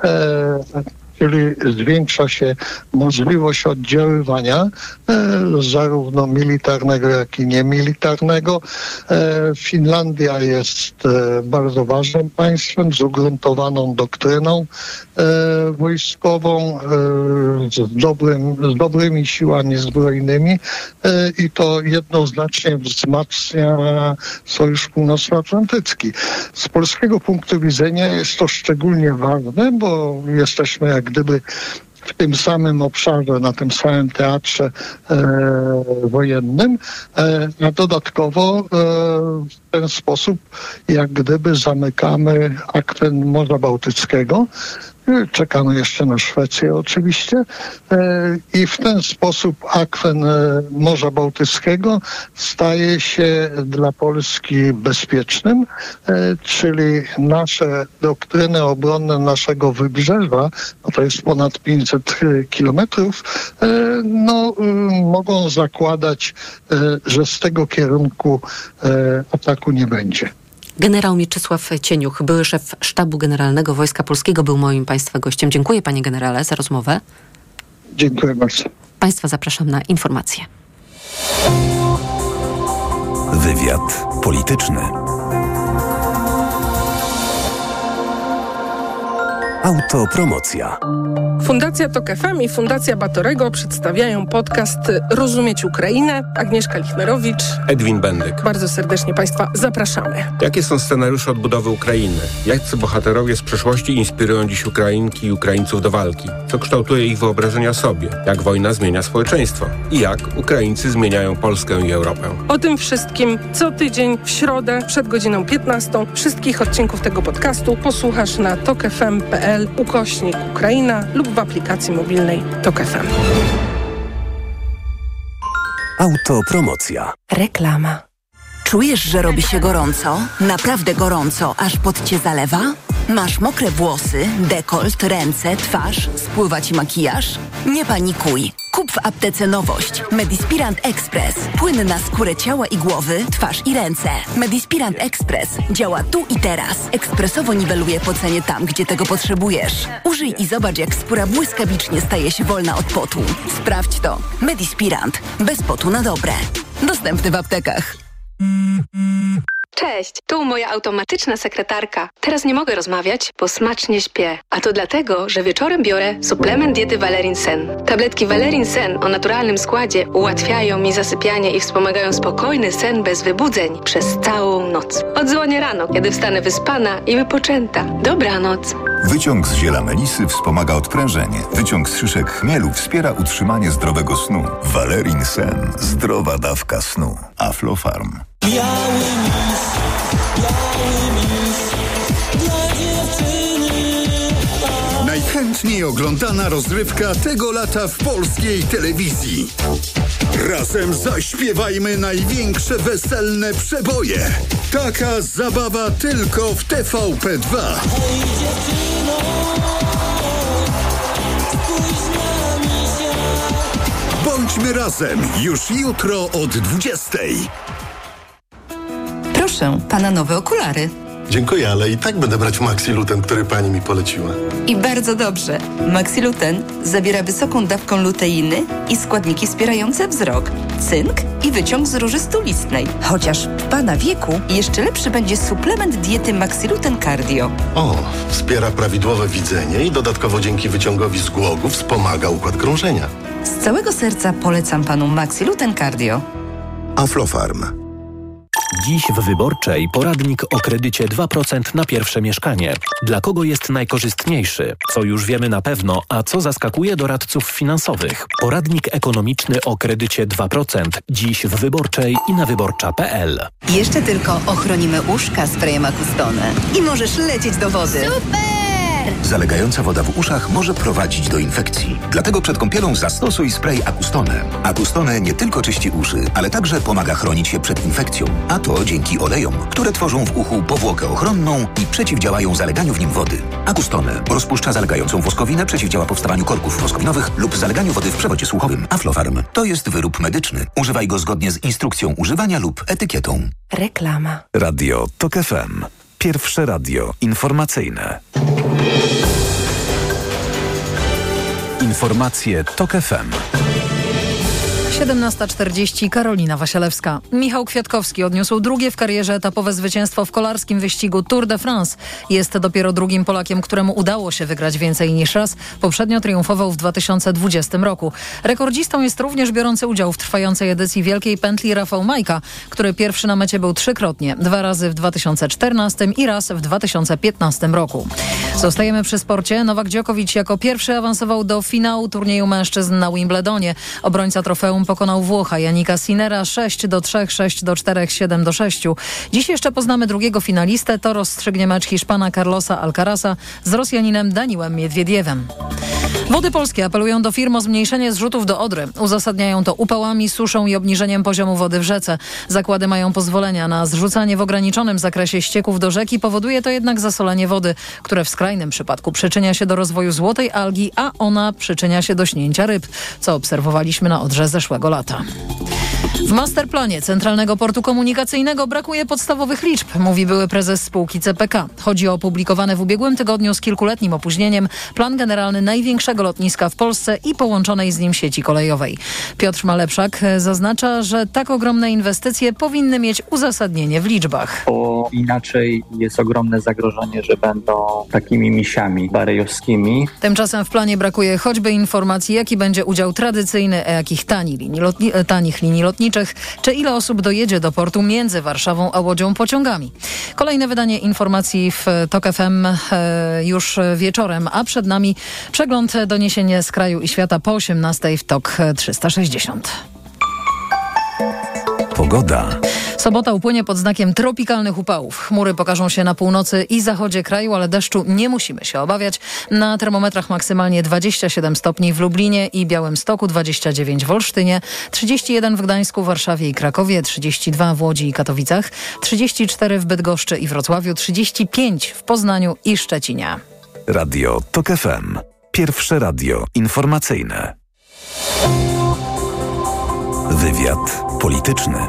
czyli zwiększa się możliwość oddziaływania e, zarówno militarnego, jak i niemilitarnego. E, Finlandia jest e, bardzo ważnym państwem z ugruntowaną doktryną e, wojskową, e, z, dobrym, z dobrymi siłami zbrojnymi e, i to jednoznacznie wzmacnia Sojusz Północnoatlantycki. Z polskiego punktu widzenia jest to szczególnie ważne, bo jesteśmy jak gdyby w tym samym obszarze, na tym samym teatrze e, wojennym, e, a dodatkowo e, w ten sposób jak gdyby zamykamy akwen Morza Bałtyckiego Czekamy jeszcze na Szwecję oczywiście. I w ten sposób akwen Morza Bałtyckiego staje się dla Polski bezpiecznym, czyli nasze doktryny obronne naszego wybrzeża, no to jest ponad pięćset kilometrów, no mogą zakładać, że z tego kierunku ataku nie będzie. Generał Mieczysław Cieniuch, były szef Sztabu Generalnego Wojska Polskiego, był moim Państwa gościem. Dziękuję panie generale za rozmowę. Dziękuję bardzo. Państwa zapraszam na informacje. Wywiad polityczny. Autopromocja. Fundacja Tok F M i Fundacja Batorego przedstawiają podcast Rozumieć Ukrainę. Agnieszka Lichnerowicz, Edwin Bendyk. Bardzo serdecznie Państwa zapraszamy. Jakie są scenariusze odbudowy Ukrainy? Jacy bohaterowie z przeszłości inspirują dziś Ukrainki i Ukraińców do walki? Co kształtuje ich wyobrażenia o sobie? Jak wojna zmienia społeczeństwo? I jak Ukraińcy zmieniają Polskę i Europę? O tym wszystkim co tydzień w środę przed godziną piętnastą. Wszystkich odcinków tego podcastu posłuchasz na tok f m kropka p l ukośnik Ukraina lub w aplikacji mobilnej Tok F M. Autopromocja. Reklama. Czujesz, że robi się gorąco? Naprawdę gorąco, aż pot cię zalewa? Masz mokre włosy, dekolt, ręce, twarz, spływa ci makijaż? Nie panikuj. Kup w aptece nowość. Medispirant Express. Płyn na skórę ciała i głowy, twarz i ręce. Medispirant Express działa tu i teraz. Ekspresowo niweluje pocenie tam, gdzie tego potrzebujesz. Użyj i zobacz, jak skóra błyskawicznie staje się wolna od potu. Sprawdź to. Medispirant. Bez potu na dobre. Dostępny w aptekach. Cześć, tu moja automatyczna sekretarka. Teraz nie mogę rozmawiać, bo smacznie śpię. A to dlatego, że wieczorem biorę suplement diety Valerin Sen. Tabletki Valerin Sen o naturalnym składzie ułatwiają mi zasypianie i wspomagają spokojny sen bez wybudzeń przez całą noc. Odzwonię rano, kiedy wstanę wyspana i wypoczęta. Dobranoc. Wyciąg z ziela melisy wspomaga odprężenie. Wyciąg z szyszek chmielu wspiera utrzymanie zdrowego snu. Valerin Sen. Zdrowa dawka snu. Aflofarm. Biały mis, biały mis dla dziewczyny. Najchętniej oglądana rozrywka tego lata w polskiej telewizji. Razem zaśpiewajmy największe weselne przeboje. Taka zabawa tylko w T V P dwa. Hej dziewczyno, spójrz na misia. Bądźmy razem już jutro od dwudziestej. Proszę, pana nowe okulary. Dziękuję, ale i tak będę brać Maxiluten, który pani mi poleciła. I bardzo dobrze. Maxiluten zawiera wysoką dawką luteiny i składniki wspierające wzrok, cynk i wyciąg z róży stulistnej. Chociaż w pana wieku jeszcze lepszy będzie suplement diety Maxiluten Cardio. O, wspiera prawidłowe widzenie i dodatkowo dzięki wyciągowi z głogu wspomaga układ krążenia. Z całego serca polecam panu Maxiluten Cardio. Aflofarm. Dziś w Wyborczej poradnik o kredycie dwa procent na pierwsze mieszkanie. Dla kogo jest najkorzystniejszy? Co już wiemy na pewno, a co zaskakuje doradców finansowych? Poradnik ekonomiczny o kredycie dwa procent. Dziś w Wyborczej i na wyborcza kropka p l. Jeszcze tylko ochronimy uszka sprayem Acustone i możesz lecieć do wody. Super! Zalegająca woda w uszach może prowadzić do infekcji. Dlatego przed kąpielą zastosuj spray Acustone. Acustone nie tylko czyści uszy, ale także pomaga chronić się przed infekcją. A to dzięki olejom, które tworzą w uchu powłokę ochronną i przeciwdziałają zaleganiu w nim wody. Acustone rozpuszcza zalegającą woskowinę, przeciwdziała powstawaniu korków woskowinowych lub zaleganiu wody w przewodzie słuchowym. Aflofarm to jest wyrób medyczny. Używaj go zgodnie z instrukcją używania lub etykietą. Reklama. Radio Tok F M. Pierwsze radio informacyjne. Informacje Tok F M. siedemnasta czterdzieści, Karolina Wasielewska. Michał Kwiatkowski odniósł drugie w karierze etapowe zwycięstwo w kolarskim wyścigu Tour de France. Jest dopiero drugim Polakiem, któremu udało się wygrać więcej niż raz. Poprzednio triumfował w dwa tysiące dwudziestym roku. Rekordzistą jest również biorący udział w trwającej edycji Wielkiej Pętli Rafał Majka, który pierwszy na mecie był trzykrotnie. Dwa razy w dwa tysiące czternastym i raz w dwa tysiące piętnastym roku. Zostajemy przy sporcie. Nowak Djokovic jako pierwszy awansował do finału turnieju mężczyzn na Wimbledonie. Obrońca trofeum pokonał Włocha Yannicka Sinnera sześć do trzech, sześć do czterech, siedem do sześciu. Dziś jeszcze poznamy drugiego finalistę. To rozstrzygnie mecz Hiszpana Carlosa Alcaraza z Rosjaninem Daniłem Miedwiediewem. Wody Polskie apelują do firm o zmniejszenie zrzutów do Odry. Uzasadniają to upałami, suszą i obniżeniem poziomu wody w rzece. Zakłady mają pozwolenia na zrzucanie w ograniczonym zakresie ścieków do rzeki. Powoduje to jednak zasolenie wody, które w skrajnym przypadku przyczynia się do rozwoju złotej algi, a ona przyczynia się do śnięcia ryb, co obserwowaliśmy na Odrze zeszłego lata. W masterplanie Centralnego Portu Komunikacyjnego brakuje podstawowych liczb, mówi były prezes spółki C P K. Chodzi o opublikowany w ubiegłym tygodniu z kilkuletnim opóźnieniem plan generalny największego lotniska w Polsce i połączonej z nim sieci kolejowej. Piotr Malepszak zaznacza, że tak ogromne inwestycje powinny mieć uzasadnienie w liczbach. Bo inaczej jest ogromne zagrożenie, że będą takimi misiami barejowskimi. Tymczasem w planie brakuje choćby informacji, jaki będzie udział tradycyjny, a jakich tani linii lotni- tanich linii lotniczych, czy ile osób dojedzie do portu między Warszawą a Łodzią pociągami. Kolejne wydanie informacji w TOK F M e, już wieczorem, a przed nami przegląd doniesień z kraju i świata po osiemnastej w TOK trzysta sześćdziesiąt. Pogoda. Sobota upłynie pod znakiem tropikalnych upałów. Chmury pokażą się na północy i zachodzie kraju, ale deszczu nie musimy się obawiać. Na termometrach maksymalnie dwadzieścia siedem stopni w Lublinie i Białymstoku, dwadzieścia dziewięć w Olsztynie, trzydzieści jeden w Gdańsku, Warszawie i Krakowie, trzydzieści dwa w Łodzi i Katowicach, trzydzieści cztery w Bydgoszczy i Wrocławiu, trzydzieści pięć w Poznaniu i Szczecinie. Radio TOK F M. Pierwsze radio informacyjne. Wywiad polityczny.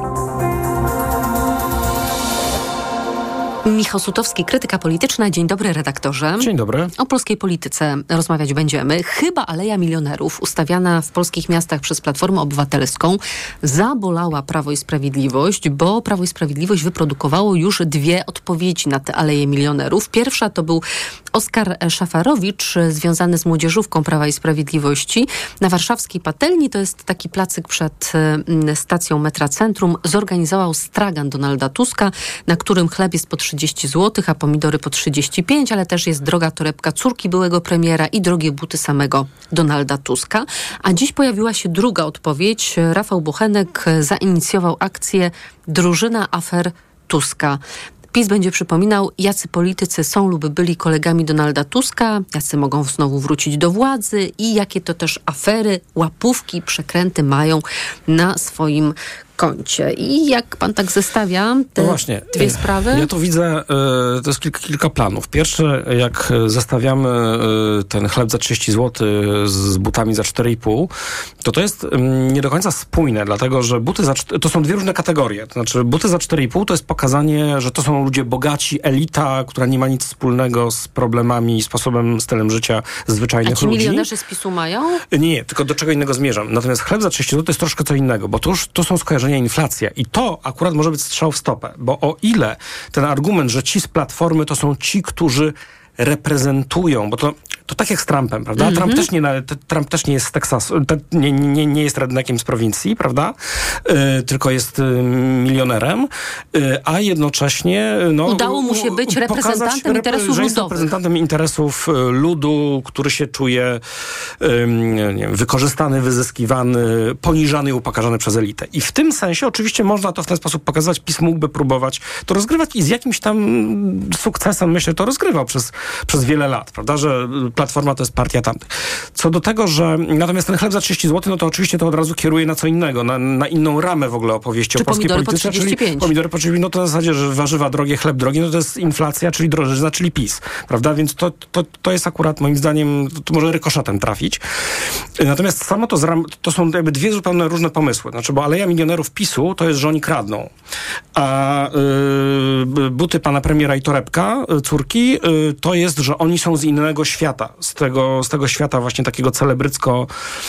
Michał Sutowski, krytyka polityczna. Dzień dobry, redaktorze. Dzień dobry. O polskiej polityce rozmawiać będziemy. Chyba Aleja Milionerów, ustawiana w polskich miastach przez Platformę Obywatelską, zabolała Prawo i Sprawiedliwość, bo Prawo i Sprawiedliwość wyprodukowało już dwie odpowiedzi na tę Aleję Milionerów. Pierwsza to był Oskar Szafarowicz, związany z młodzieżówką Prawa i Sprawiedliwości. Na warszawskiej Patelni, to jest taki placyk przed stacją metra Centrum, zorganizował stragan Donalda Tuska, na którym chleb jest po trzydzieści złotych, a pomidory po trzydzieści pięć, ale też jest droga torebka córki byłego premiera i drogie buty samego Donalda Tuska. A dziś pojawiła się druga odpowiedź. Rafał Bochenek zainicjował akcję Drużyna afer Tuska. PiS będzie przypominał, jacy politycy są lub byli kolegami Donalda Tuska, jacy mogą znowu wrócić do władzy i jakie to też afery, łapówki, przekręty mają na swoim koncie. I jak pan tak zestawia te no właśnie, dwie sprawy? Ja tu widzę, to jest kilka, kilka planów. Pierwszy, jak zestawiamy ten chleb za trzydzieści złotych z butami za cztery i pół, to to jest nie do końca spójne, dlatego że buty za, to są dwie różne kategorie. To znaczy buty za cztery i pół to jest pokazanie, że to są ludzie bogaci, elita, która nie ma nic wspólnego z problemami, sposobem, stylem życia zwyczajnych ludzi. A ci ludzi. milionerzy z PiSu mają? Nie, nie, tylko do czego innego zmierzam. Natomiast chleb za trzydzieści złotych to jest troszkę co innego, bo to już to są skojarzenia inflacja. I to akurat może być strzał w stopę, bo o ile ten argument, że ci z Platformy to są ci, którzy reprezentują, bo to, to tak jak z Trumpem, prawda? Mm-hmm. Trump, też nie, Trump też nie jest z Teksasu, te, nie, nie, nie jest redneckiem z prowincji, prawda? Yy, tylko jest yy, milionerem, yy, a jednocześnie no, udało mu się być reprezentantem repre- interesów że jest ludowych. reprezentantem interesów ludu, który się czuje yy, nie wiem, wykorzystany, wyzyskiwany, poniżany i upokarzany przez elitę. I w tym sensie oczywiście można to w ten sposób pokazać. PiS mógłby próbować to rozgrywać i z jakimś tam sukcesem, myślę, to rozgrywał przez przez wiele lat, prawda, że Platforma to jest partia tamtych. Co do tego, że natomiast ten chleb za trzydzieści złotych, no to oczywiście to od razu kieruje na co innego, na, na inną ramę w ogóle opowieści Czy o polskiej pomidory polityce. po trzydzieści pięć. Czyli pomidory po trzydzieści pięć, no to w zasadzie, że warzywa drogie, chleb drogi, no to jest inflacja, czyli drożyzna, czyli PiS, prawda, więc to, to, to jest akurat moim zdaniem, to, to może rykoszetem trafić. Natomiast samo to, zram, to są jakby dwie zupełnie różne pomysły, znaczy, bo Aleja Milionerów PiSu to jest, że oni kradną, a yy, buty pana premiera i torebka córki yy, to jest, że oni są z innego świata, z tego, z tego świata właśnie takiego celebrycko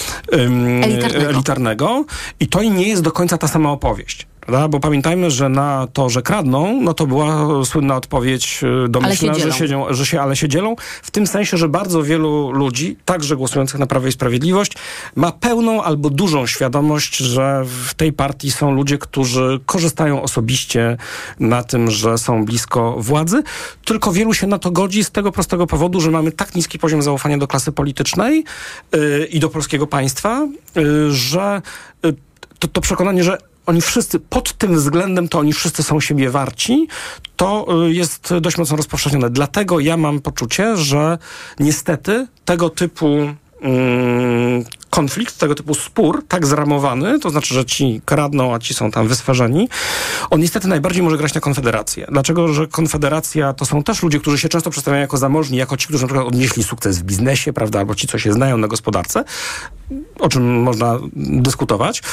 um, elitarnego. elitarnego i to nie jest do końca ta sama opowieść. Prawda? Bo pamiętajmy, że na to, że kradną, no to była słynna odpowiedź domyślna, że, się, że się ale się dzielą. W tym sensie, że bardzo wielu ludzi, także głosujących na Prawo i Sprawiedliwość, ma pełną albo dużą świadomość, że w tej partii są ludzie, którzy korzystają osobiście na tym, że są blisko władzy. Tylko wielu się na to godzi z tego prostego powodu, że mamy tak niski poziom zaufania do klasy politycznej yy, i do polskiego państwa, yy, że yy, to, to przekonanie, że oni wszyscy, pod tym względem to oni wszyscy są siebie warci, to jest dość mocno rozpowszechnione. Dlatego ja mam poczucie, że niestety tego typu mm, konflikt, tego typu spór, tak zramowany, to znaczy, że ci kradną, a ci są tam wyswarzeni, on niestety najbardziej może grać na Konfederację. Dlaczego? Że Konfederacja to są też ludzie, którzy się często przedstawiają jako zamożni, jako ci, którzy na przykład odnieśli sukces w biznesie, prawda, albo ci, co się znają na gospodarce, o czym można dyskutować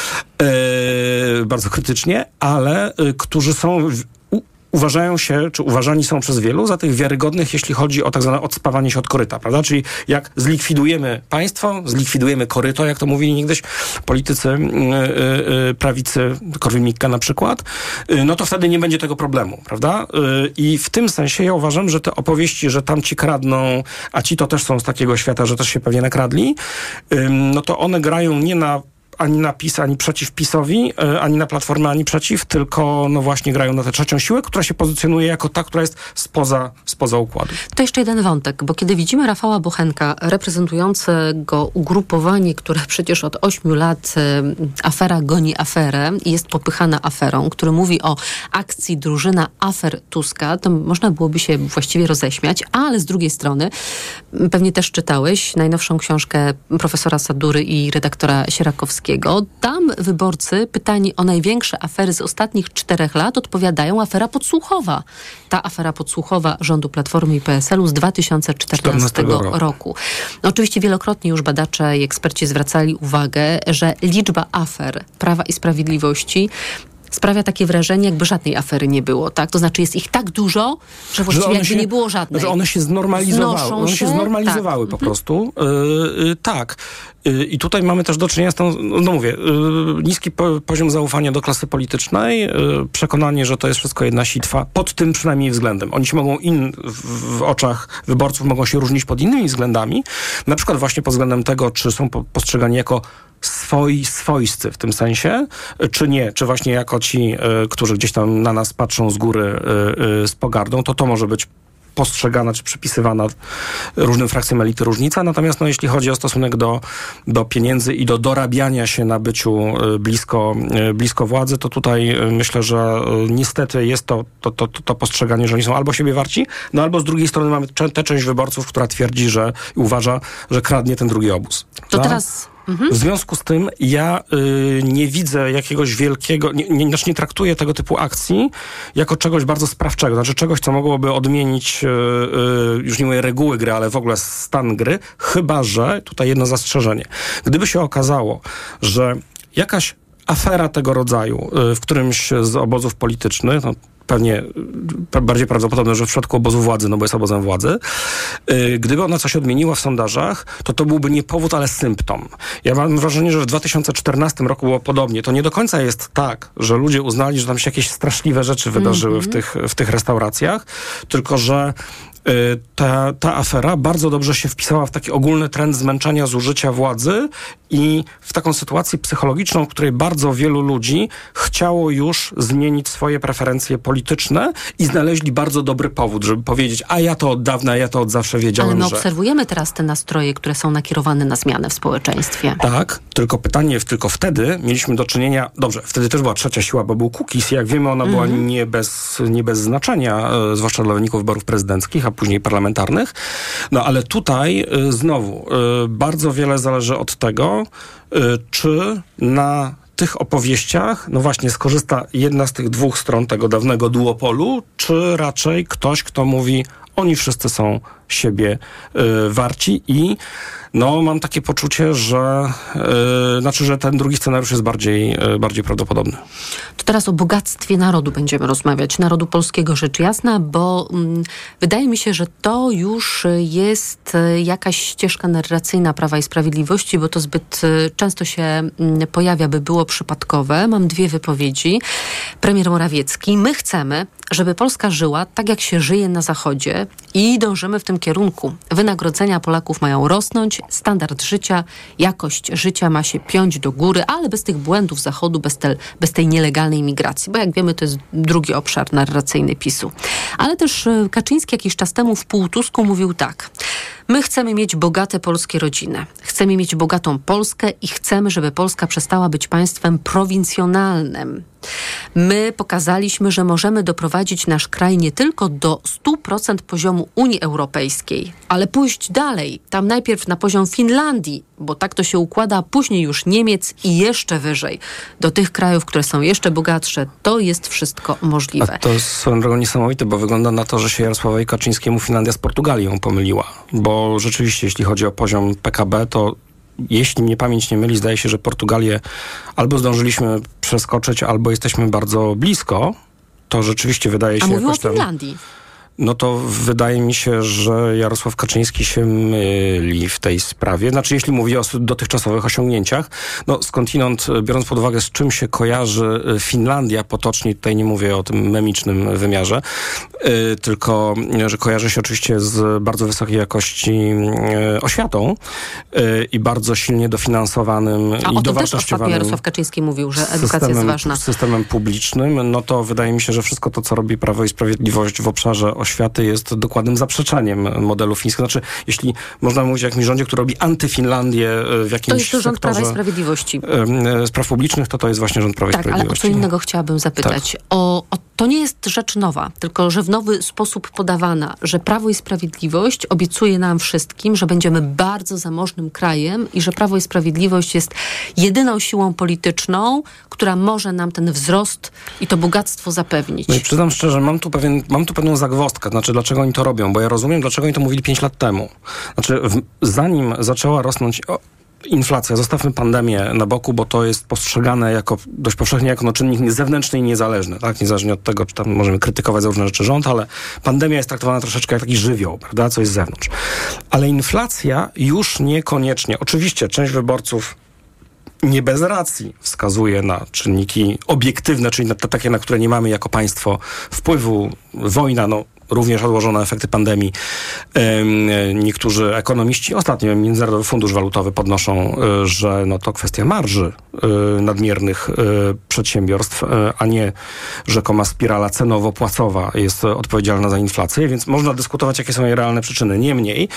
yy, bardzo krytycznie, ale yy, którzy są... W, uważają się, czy uważani są przez wielu za tych wiarygodnych, jeśli chodzi o tak zwane odspawanie się od koryta, prawda? Czyli jak zlikwidujemy państwo, zlikwidujemy koryto, jak to mówili niegdyś politycy yy, yy, prawicy, Korwin-Mikke na przykład, yy, no to wtedy nie będzie tego problemu, prawda? Yy, I w tym sensie ja uważam, że te opowieści, że tamci kradną, a ci to też są z takiego świata, że też się pewnie nakradli, yy, no to one grają nie na ani na PiS, ani przeciw PiS-owi, ani na Platformę, ani przeciw, tylko no właśnie grają na tę trzecią siłę, która się pozycjonuje jako ta, która jest spoza, spoza układu. To jeszcze jeden wątek, bo kiedy widzimy Rafała Bochenka reprezentującego ugrupowanie, które przecież od ośmiu lat y, afera goni aferę i jest popychana aferą, który mówi o akcji drużyna afer Tuska, to można byłoby się właściwie roześmiać, ale z drugiej strony pewnie też czytałeś najnowszą książkę profesora Sadury i redaktora Sierakowskiego. Tam wyborcy pytani o największe afery z ostatnich czterech lat odpowiadają afera podsłuchowa. Ta afera podsłuchowa rządu Platformy i P S L u z dwa tysiące czternastego roku. roku. No, oczywiście wielokrotnie już badacze i eksperci zwracali uwagę, że liczba afer Prawa i Sprawiedliwości sprawia takie wrażenie, jakby żadnej afery nie było, tak? To znaczy jest ich tak dużo, że właściwie że jakby się, nie było żadnej. Że one się znormalizowały. Znoszą one się, się znormalizowały tak. po prostu. Yy, yy, tak. Yy, I tutaj mamy też do czynienia z tą, no mówię, yy, niski po, poziom zaufania do klasy politycznej, yy, przekonanie, że to jest wszystko jedna sitwa, pod tym przynajmniej względem. Oni się mogą in, w, w oczach wyborców mogą się różnić pod innymi względami, na przykład właśnie pod względem tego, czy są po, postrzegani jako swoi, swoiscy w tym sensie, czy nie, czy właśnie jako ci, y, którzy gdzieś tam na nas patrzą z góry y, y, z pogardą, to to może być postrzegana czy przypisywana różnym frakcjom elity różnica. Natomiast no, jeśli chodzi o stosunek do, do pieniędzy i do dorabiania się na byciu y, blisko, y, blisko władzy, to tutaj y, myślę, że y, niestety jest to, to, to, to postrzeganie, że oni są albo siebie warci, no albo z drugiej strony mamy tę część wyborców, która twierdzi, że uważa, że kradnie ten drugi obóz. To teraz... W związku z tym ja y, nie widzę jakiegoś wielkiego, nie, nie, znaczy nie traktuję tego typu akcji jako czegoś bardzo sprawczego, znaczy czegoś, co mogłoby odmienić, y, y, już nie mówię reguły gry, ale w ogóle stan gry, chyba że, tutaj jedno zastrzeżenie, gdyby się okazało, że jakaś afera tego rodzaju y, w którymś z obozów politycznych, no, pewnie bardziej prawdopodobne, że w przypadku obozu władzy, no bo jest obozem władzy, yy, gdyby ona coś odmieniła w sondażach, to to byłby nie powód, ale symptom. Ja mam wrażenie, że w dwa tysiące czternastym roku było podobnie. To nie do końca jest tak, że ludzie uznali, że tam się jakieś straszliwe rzeczy wydarzyły mm-hmm. w tych, w tych restauracjach, tylko że Ta, ta afera bardzo dobrze się wpisała w taki ogólny trend zmęczenia zużycia władzy i w taką sytuację psychologiczną, w której bardzo wielu ludzi chciało już zmienić swoje preferencje polityczne i znaleźli bardzo dobry powód, żeby powiedzieć, a ja to od dawna, ja to od zawsze wiedziałem, Ale my że... obserwujemy teraz te nastroje, które są nakierowane na zmianę w społeczeństwie. Tak, tylko pytanie, tylko wtedy mieliśmy do czynienia, dobrze, wtedy też była trzecia siła, bo był Kukiz, jak wiemy, ona mm-hmm. była nie bez, nie bez znaczenia, e, zwłaszcza dla wyników wyborów prezydenckich, a później parlamentarnych. No ale tutaj y, znowu y, bardzo wiele zależy od tego, y, czy na tych opowieściach, no właśnie skorzysta jedna z tych dwóch stron tego dawnego duopolu, czy raczej ktoś, kto mówi, oni wszyscy są siebie y, warci i no mam takie poczucie, że y, znaczy, że ten drugi scenariusz jest bardziej, y, bardziej prawdopodobny. To teraz o bogactwie narodu będziemy rozmawiać, narodu polskiego rzecz jasna, bo mm, wydaje mi się, że to już jest y, jakaś ścieżka narracyjna Prawa i Sprawiedliwości, bo to zbyt y, często się y, pojawia, by było przypadkowe. Mam dwie wypowiedzi. Premier Morawiecki, my chcemy, żeby Polska żyła tak, jak się żyje na Zachodzie i dążymy w tym kierunku. Wynagrodzenia Polaków mają rosnąć, standard życia, jakość życia ma się piąć do góry, ale bez tych błędów Zachodu, bez, te, bez tej nielegalnej migracji, bo jak wiemy, to jest drugi obszar narracyjny PiSu. Ale też Kaczyński jakiś czas temu w półtusku mówił tak. My chcemy mieć bogate polskie rodziny. Chcemy mieć bogatą Polskę i chcemy, żeby Polska przestała być państwem prowincjonalnym. My pokazaliśmy, że możemy doprowadzić nasz kraj nie tylko do stu procent poziomu Unii Europejskiej, ale pójść dalej. Tam najpierw na poziom Finlandii, bo tak to się układa, a później już Niemiec i jeszcze wyżej. Do tych krajów, które są jeszcze bogatsze, to jest wszystko możliwe. A to jest swoją drogą niesamowite, bo wygląda na to, że się Jarosławowi Kaczyńskiemu Finlandia z Portugalią pomyliła. Bo rzeczywiście, jeśli chodzi o poziom P K B, to jeśli mnie pamięć nie myli, zdaje się, że Portugalię albo zdążyliśmy przeskoczyć, albo jesteśmy bardzo blisko. To rzeczywiście wydaje się A mówił jakoś o tam... Finlandii. No to wydaje mi się, że Jarosław Kaczyński się myli w tej sprawie. Znaczy, jeśli mówi o dotychczasowych osiągnięciach, no skądinąd, biorąc pod uwagę, z czym się kojarzy Finlandia potocznie, tutaj nie mówię o tym memicznym wymiarze, yy, tylko, że kojarzy się oczywiście z bardzo wysokiej jakości yy, oświatą yy, i bardzo silnie dofinansowanym A i o dowartościowanym. tym też Jarosław Kaczyński mówił, że edukacja systemem, jest ważna. Systemem publicznym, no to wydaje mi się, że wszystko to, co robi Prawo i Sprawiedliwość w obszarze oświaty, jest dokładnym zaprzeczeniem modelu fińskiego. Znaczy, jeśli można mówić o jakimś rządzie, który robi antyfinlandię w jakimś To jest to rząd Prawa i sektorze Sprawiedliwości. spraw publicznych, to to jest właśnie rząd Prawa i Tak, ale o Sprawiedliwości. co innego chciałabym zapytać. Tak. O, o, to nie jest rzecz nowa, tylko że w nowy sposób podawana, że Prawo i Sprawiedliwość obiecuje nam wszystkim, że będziemy bardzo zamożnym krajem i że Prawo i Sprawiedliwość jest jedyną siłą polityczną, która może nam ten wzrost i to bogactwo zapewnić. No i przyznam szczerze, mam tu, pewien, mam tu pewną zagwozdkę, znaczy dlaczego oni to robią, bo ja rozumiem, dlaczego oni to mówili pięć lat temu. Znaczy, w, zanim zaczęła rosnąć... O, inflacja, zostawmy pandemię na boku, bo to jest postrzegane jako dość powszechnie jako no, czynnik zewnętrzny i niezależny, tak? Niezależnie od tego, czy tam możemy krytykować za różne rzeczy rząd, ale pandemia jest traktowana troszeczkę jak taki żywioł, prawda? Co jest z zewnątrz. Ale inflacja już niekoniecznie. Oczywiście część wyborców nie bez racji wskazuje na czynniki obiektywne, czyli na te takie, na które nie mamy jako państwo wpływu. Wojna, no również odłożone efekty pandemii. Niektórzy ekonomiści, ostatnio Międzynarodowy Fundusz Walutowy podnoszą, że no to kwestia marży nadmiernych przedsiębiorstw, a nie rzekoma spirala cenowo-płacowa jest odpowiedzialna za inflację, więc można dyskutować, jakie są jej realne przyczyny. Niemniej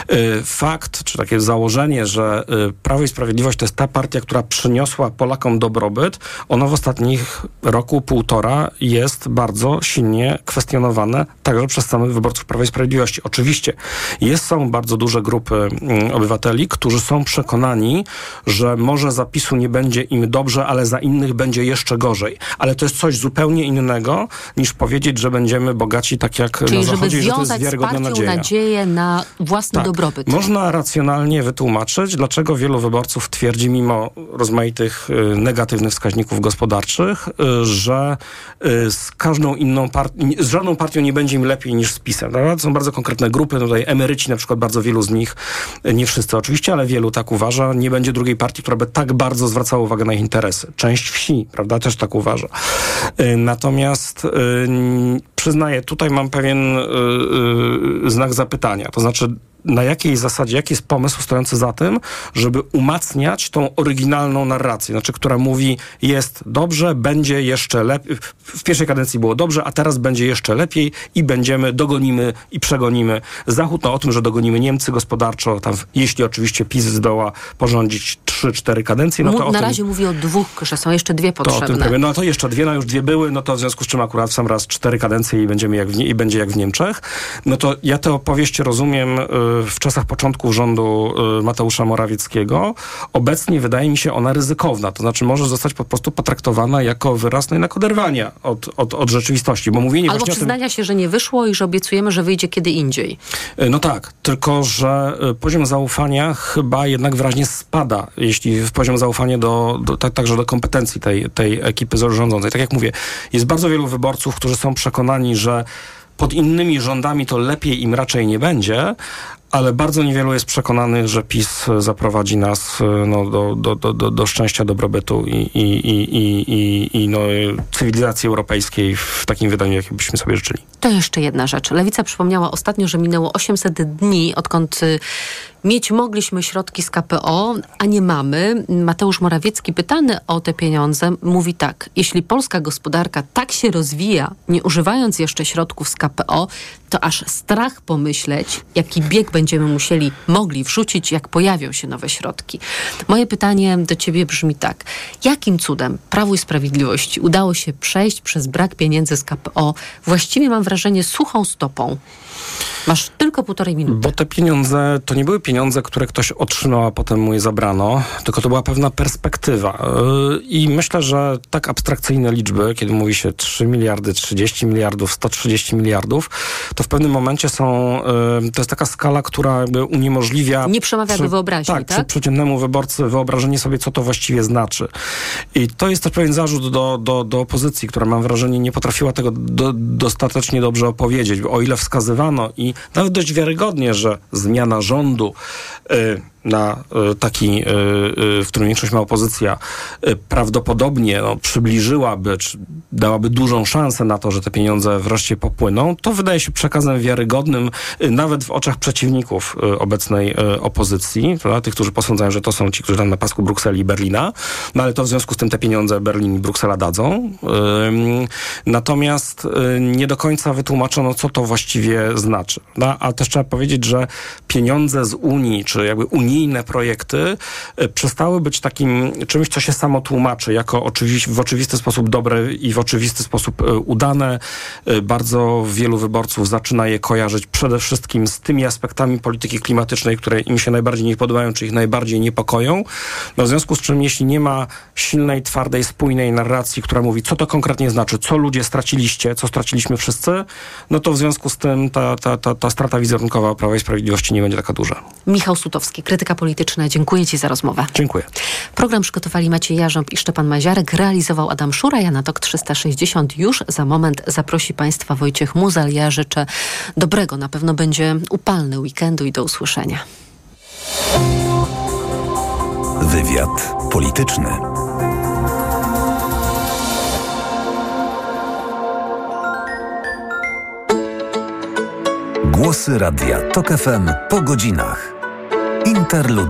fakt, czy takie założenie, że Prawo i Sprawiedliwość to jest ta partia, która przyniosła Polakom dobrobyt, ono w ostatnich roku, półtora jest bardzo silnie kwestionowane, także przez samych wyborców Prawa i Sprawiedliwości. Oczywiście jest, są bardzo duże grupy mm, obywateli, którzy są przekonani, że może za PiS-u nie będzie im dobrze, ale za innych będzie jeszcze gorzej. Ale to jest coś zupełnie innego, niż powiedzieć, że będziemy bogaci tak jak Czyli na Zachodzie i że to jest wiązać wiarygodna z partią nadzieja. nadzieję na własny tak. dobrobyt. Można racjonalnie wytłumaczyć, dlaczego wielu wyborców twierdzi, mimo rozmaitych y, negatywnych wskaźników gospodarczych, y, że y, z każdą inną partią, z żadną partią nie będzie im lepiej niż z PiS-em. Prawda? To są bardzo konkretne grupy, tutaj emeryci na przykład, bardzo wielu z nich, nie wszyscy oczywiście, ale wielu tak uważa, nie będzie drugiej partii, która by tak bardzo zwracała uwagę na ich interesy. Część wsi, prawda, też tak uważa. Y, natomiast y, przyznaję, tutaj mam pewien y, y, znak zapytania, to znaczy na jakiej zasadzie, jaki jest pomysł stojący za tym, żeby umacniać tą oryginalną narrację, znaczy, która mówi, jest dobrze, będzie jeszcze lepiej, w pierwszej kadencji było dobrze, a teraz będzie jeszcze lepiej i będziemy, dogonimy i przegonimy Zachód. No o tym, że dogonimy Niemcy gospodarczo, tam, jeśli oczywiście PiS zdoła porządzić trzy cztery kadencje, no to Mu, o Na tym, razie mówię o dwóch, że są jeszcze dwie potrzebne. To o tym powiem. No to jeszcze dwie, no już dwie były, no to w związku z czym akurat w sam raz cztery kadencje i będziemy jak w, i będzie jak w Niemczech. No to ja tę opowieść rozumiem y, w czasach początków rządu y, Mateusza Morawieckiego. Obecnie wydaje mi się ona ryzykowna, to znaczy może zostać po prostu potraktowana jako wyraz no jednak oderwania od, od, od rzeczywistości, bo mówienie Albo właśnie przyznania o tym, się, że nie wyszło i że obiecujemy, że wyjdzie kiedy indziej. y, No tak, tylko że y, poziom zaufania chyba jednak wyraźnie spada, jeśli w poziom zaufania do, do tak, także do kompetencji tej, tej ekipy rządzącej. Tak jak mówię, jest bardzo wielu wyborców, którzy są przekonani, że pod innymi rządami to lepiej im raczej nie będzie, ale bardzo niewielu jest przekonanych, że PiS zaprowadzi nas no, do, do, do, do, do szczęścia, dobrobytu i, i, i, i, i, i no, cywilizacji europejskiej w takim wydaniu, jakim byśmy sobie życzyli. To jeszcze jedna rzecz. Lewica przypomniała ostatnio, że minęło osiemset dni, odkąd y, mieć mogliśmy środki z K P O, a nie mamy. Mateusz Morawiecki, pytany o te pieniądze, mówi tak: jeśli polska gospodarka tak się rozwija, nie używając jeszcze środków z K P O, to aż strach pomyśleć, jaki bieg będziemy musieli, mogli wrzucić, jak pojawią się nowe środki. Moje pytanie do ciebie brzmi tak. Jakim cudem Prawu i Sprawiedliwości udało się przejść przez brak pieniędzy z K P O, właściwie mam wrażenie suchą stopą? Masz tylko półtorej minuty. Bo te pieniądze to nie były pieniądze, które ktoś otrzymał, a potem mu je zabrano, tylko to była pewna perspektywa. I myślę, że tak abstrakcyjne liczby, kiedy mówi się trzy miliardy, trzydzieści miliardów, sto trzydzieści miliardów, to w pewnym momencie są, to jest taka skala, która jakby uniemożliwia... Nie przemawia do wyobraźni, tak? tak? Tak, przeciętnemu wyborcy wyobrażenie sobie, co to właściwie znaczy. I to jest też pewien zarzut do, do, do opozycji, która, mam wrażenie, nie potrafiła tego do, dostatecznie dobrze opowiedzieć. O ile wskazywano i nawet dość wiarygodnie, że zmiana rządu y, na y, taki, y, y, w którym większość ma opozycja, y, prawdopodobnie no, przybliżyłaby, czy dałaby dużą szansę na to, że te pieniądze wreszcie popłyną, to wydaje się przekazem wiarygodnym y, nawet w oczach przeciwników y, obecnej y, opozycji, prawda? Tych, którzy posądzają, że to są ci, którzy tam na pasku Brukseli i Berlina, no ale to w związku z tym te pieniądze Berlin i Bruksela dadzą. Y, natomiast y, nie do końca wytłumaczono, co to właściwie znaczy. No, a też trzeba powiedzieć, że pieniądze z Unii, czy jakby unijne projekty y, przestały być takim czymś, co się samo tłumaczy, jako oczywi- w oczywisty sposób dobre i w oczywisty sposób y, udane. Y, bardzo wielu wyborców zaczyna je kojarzyć przede wszystkim z tymi aspektami polityki klimatycznej, które im się najbardziej nie podobają, czy ich najbardziej niepokoją. No, w związku z czym, jeśli nie ma silnej, twardej, spójnej narracji, która mówi, co to konkretnie znaczy, co ludzie straciliście, co straciliśmy wszyscy, no to w związku z tym ta, ta, ta, ta strata wizerunkowa Prawa i Sprawiedliwości nie będzie taka duża. Michał Sutowski, krytyka polityczna. Dziękuję ci za rozmowę. Dziękuję. Program przygotowali Maciej Jarząb i Szczepan Maziarek, realizował Adam Szura. Ja na Tok trzysta sześćdziesiąt już za moment zaprosi Państwa Wojciech Muzal. Ja życzę dobrego, na pewno będzie upalny weekendu i do usłyszenia. Wywiad polityczny. Głosy Radia Tok F M po godzinach. Interludia.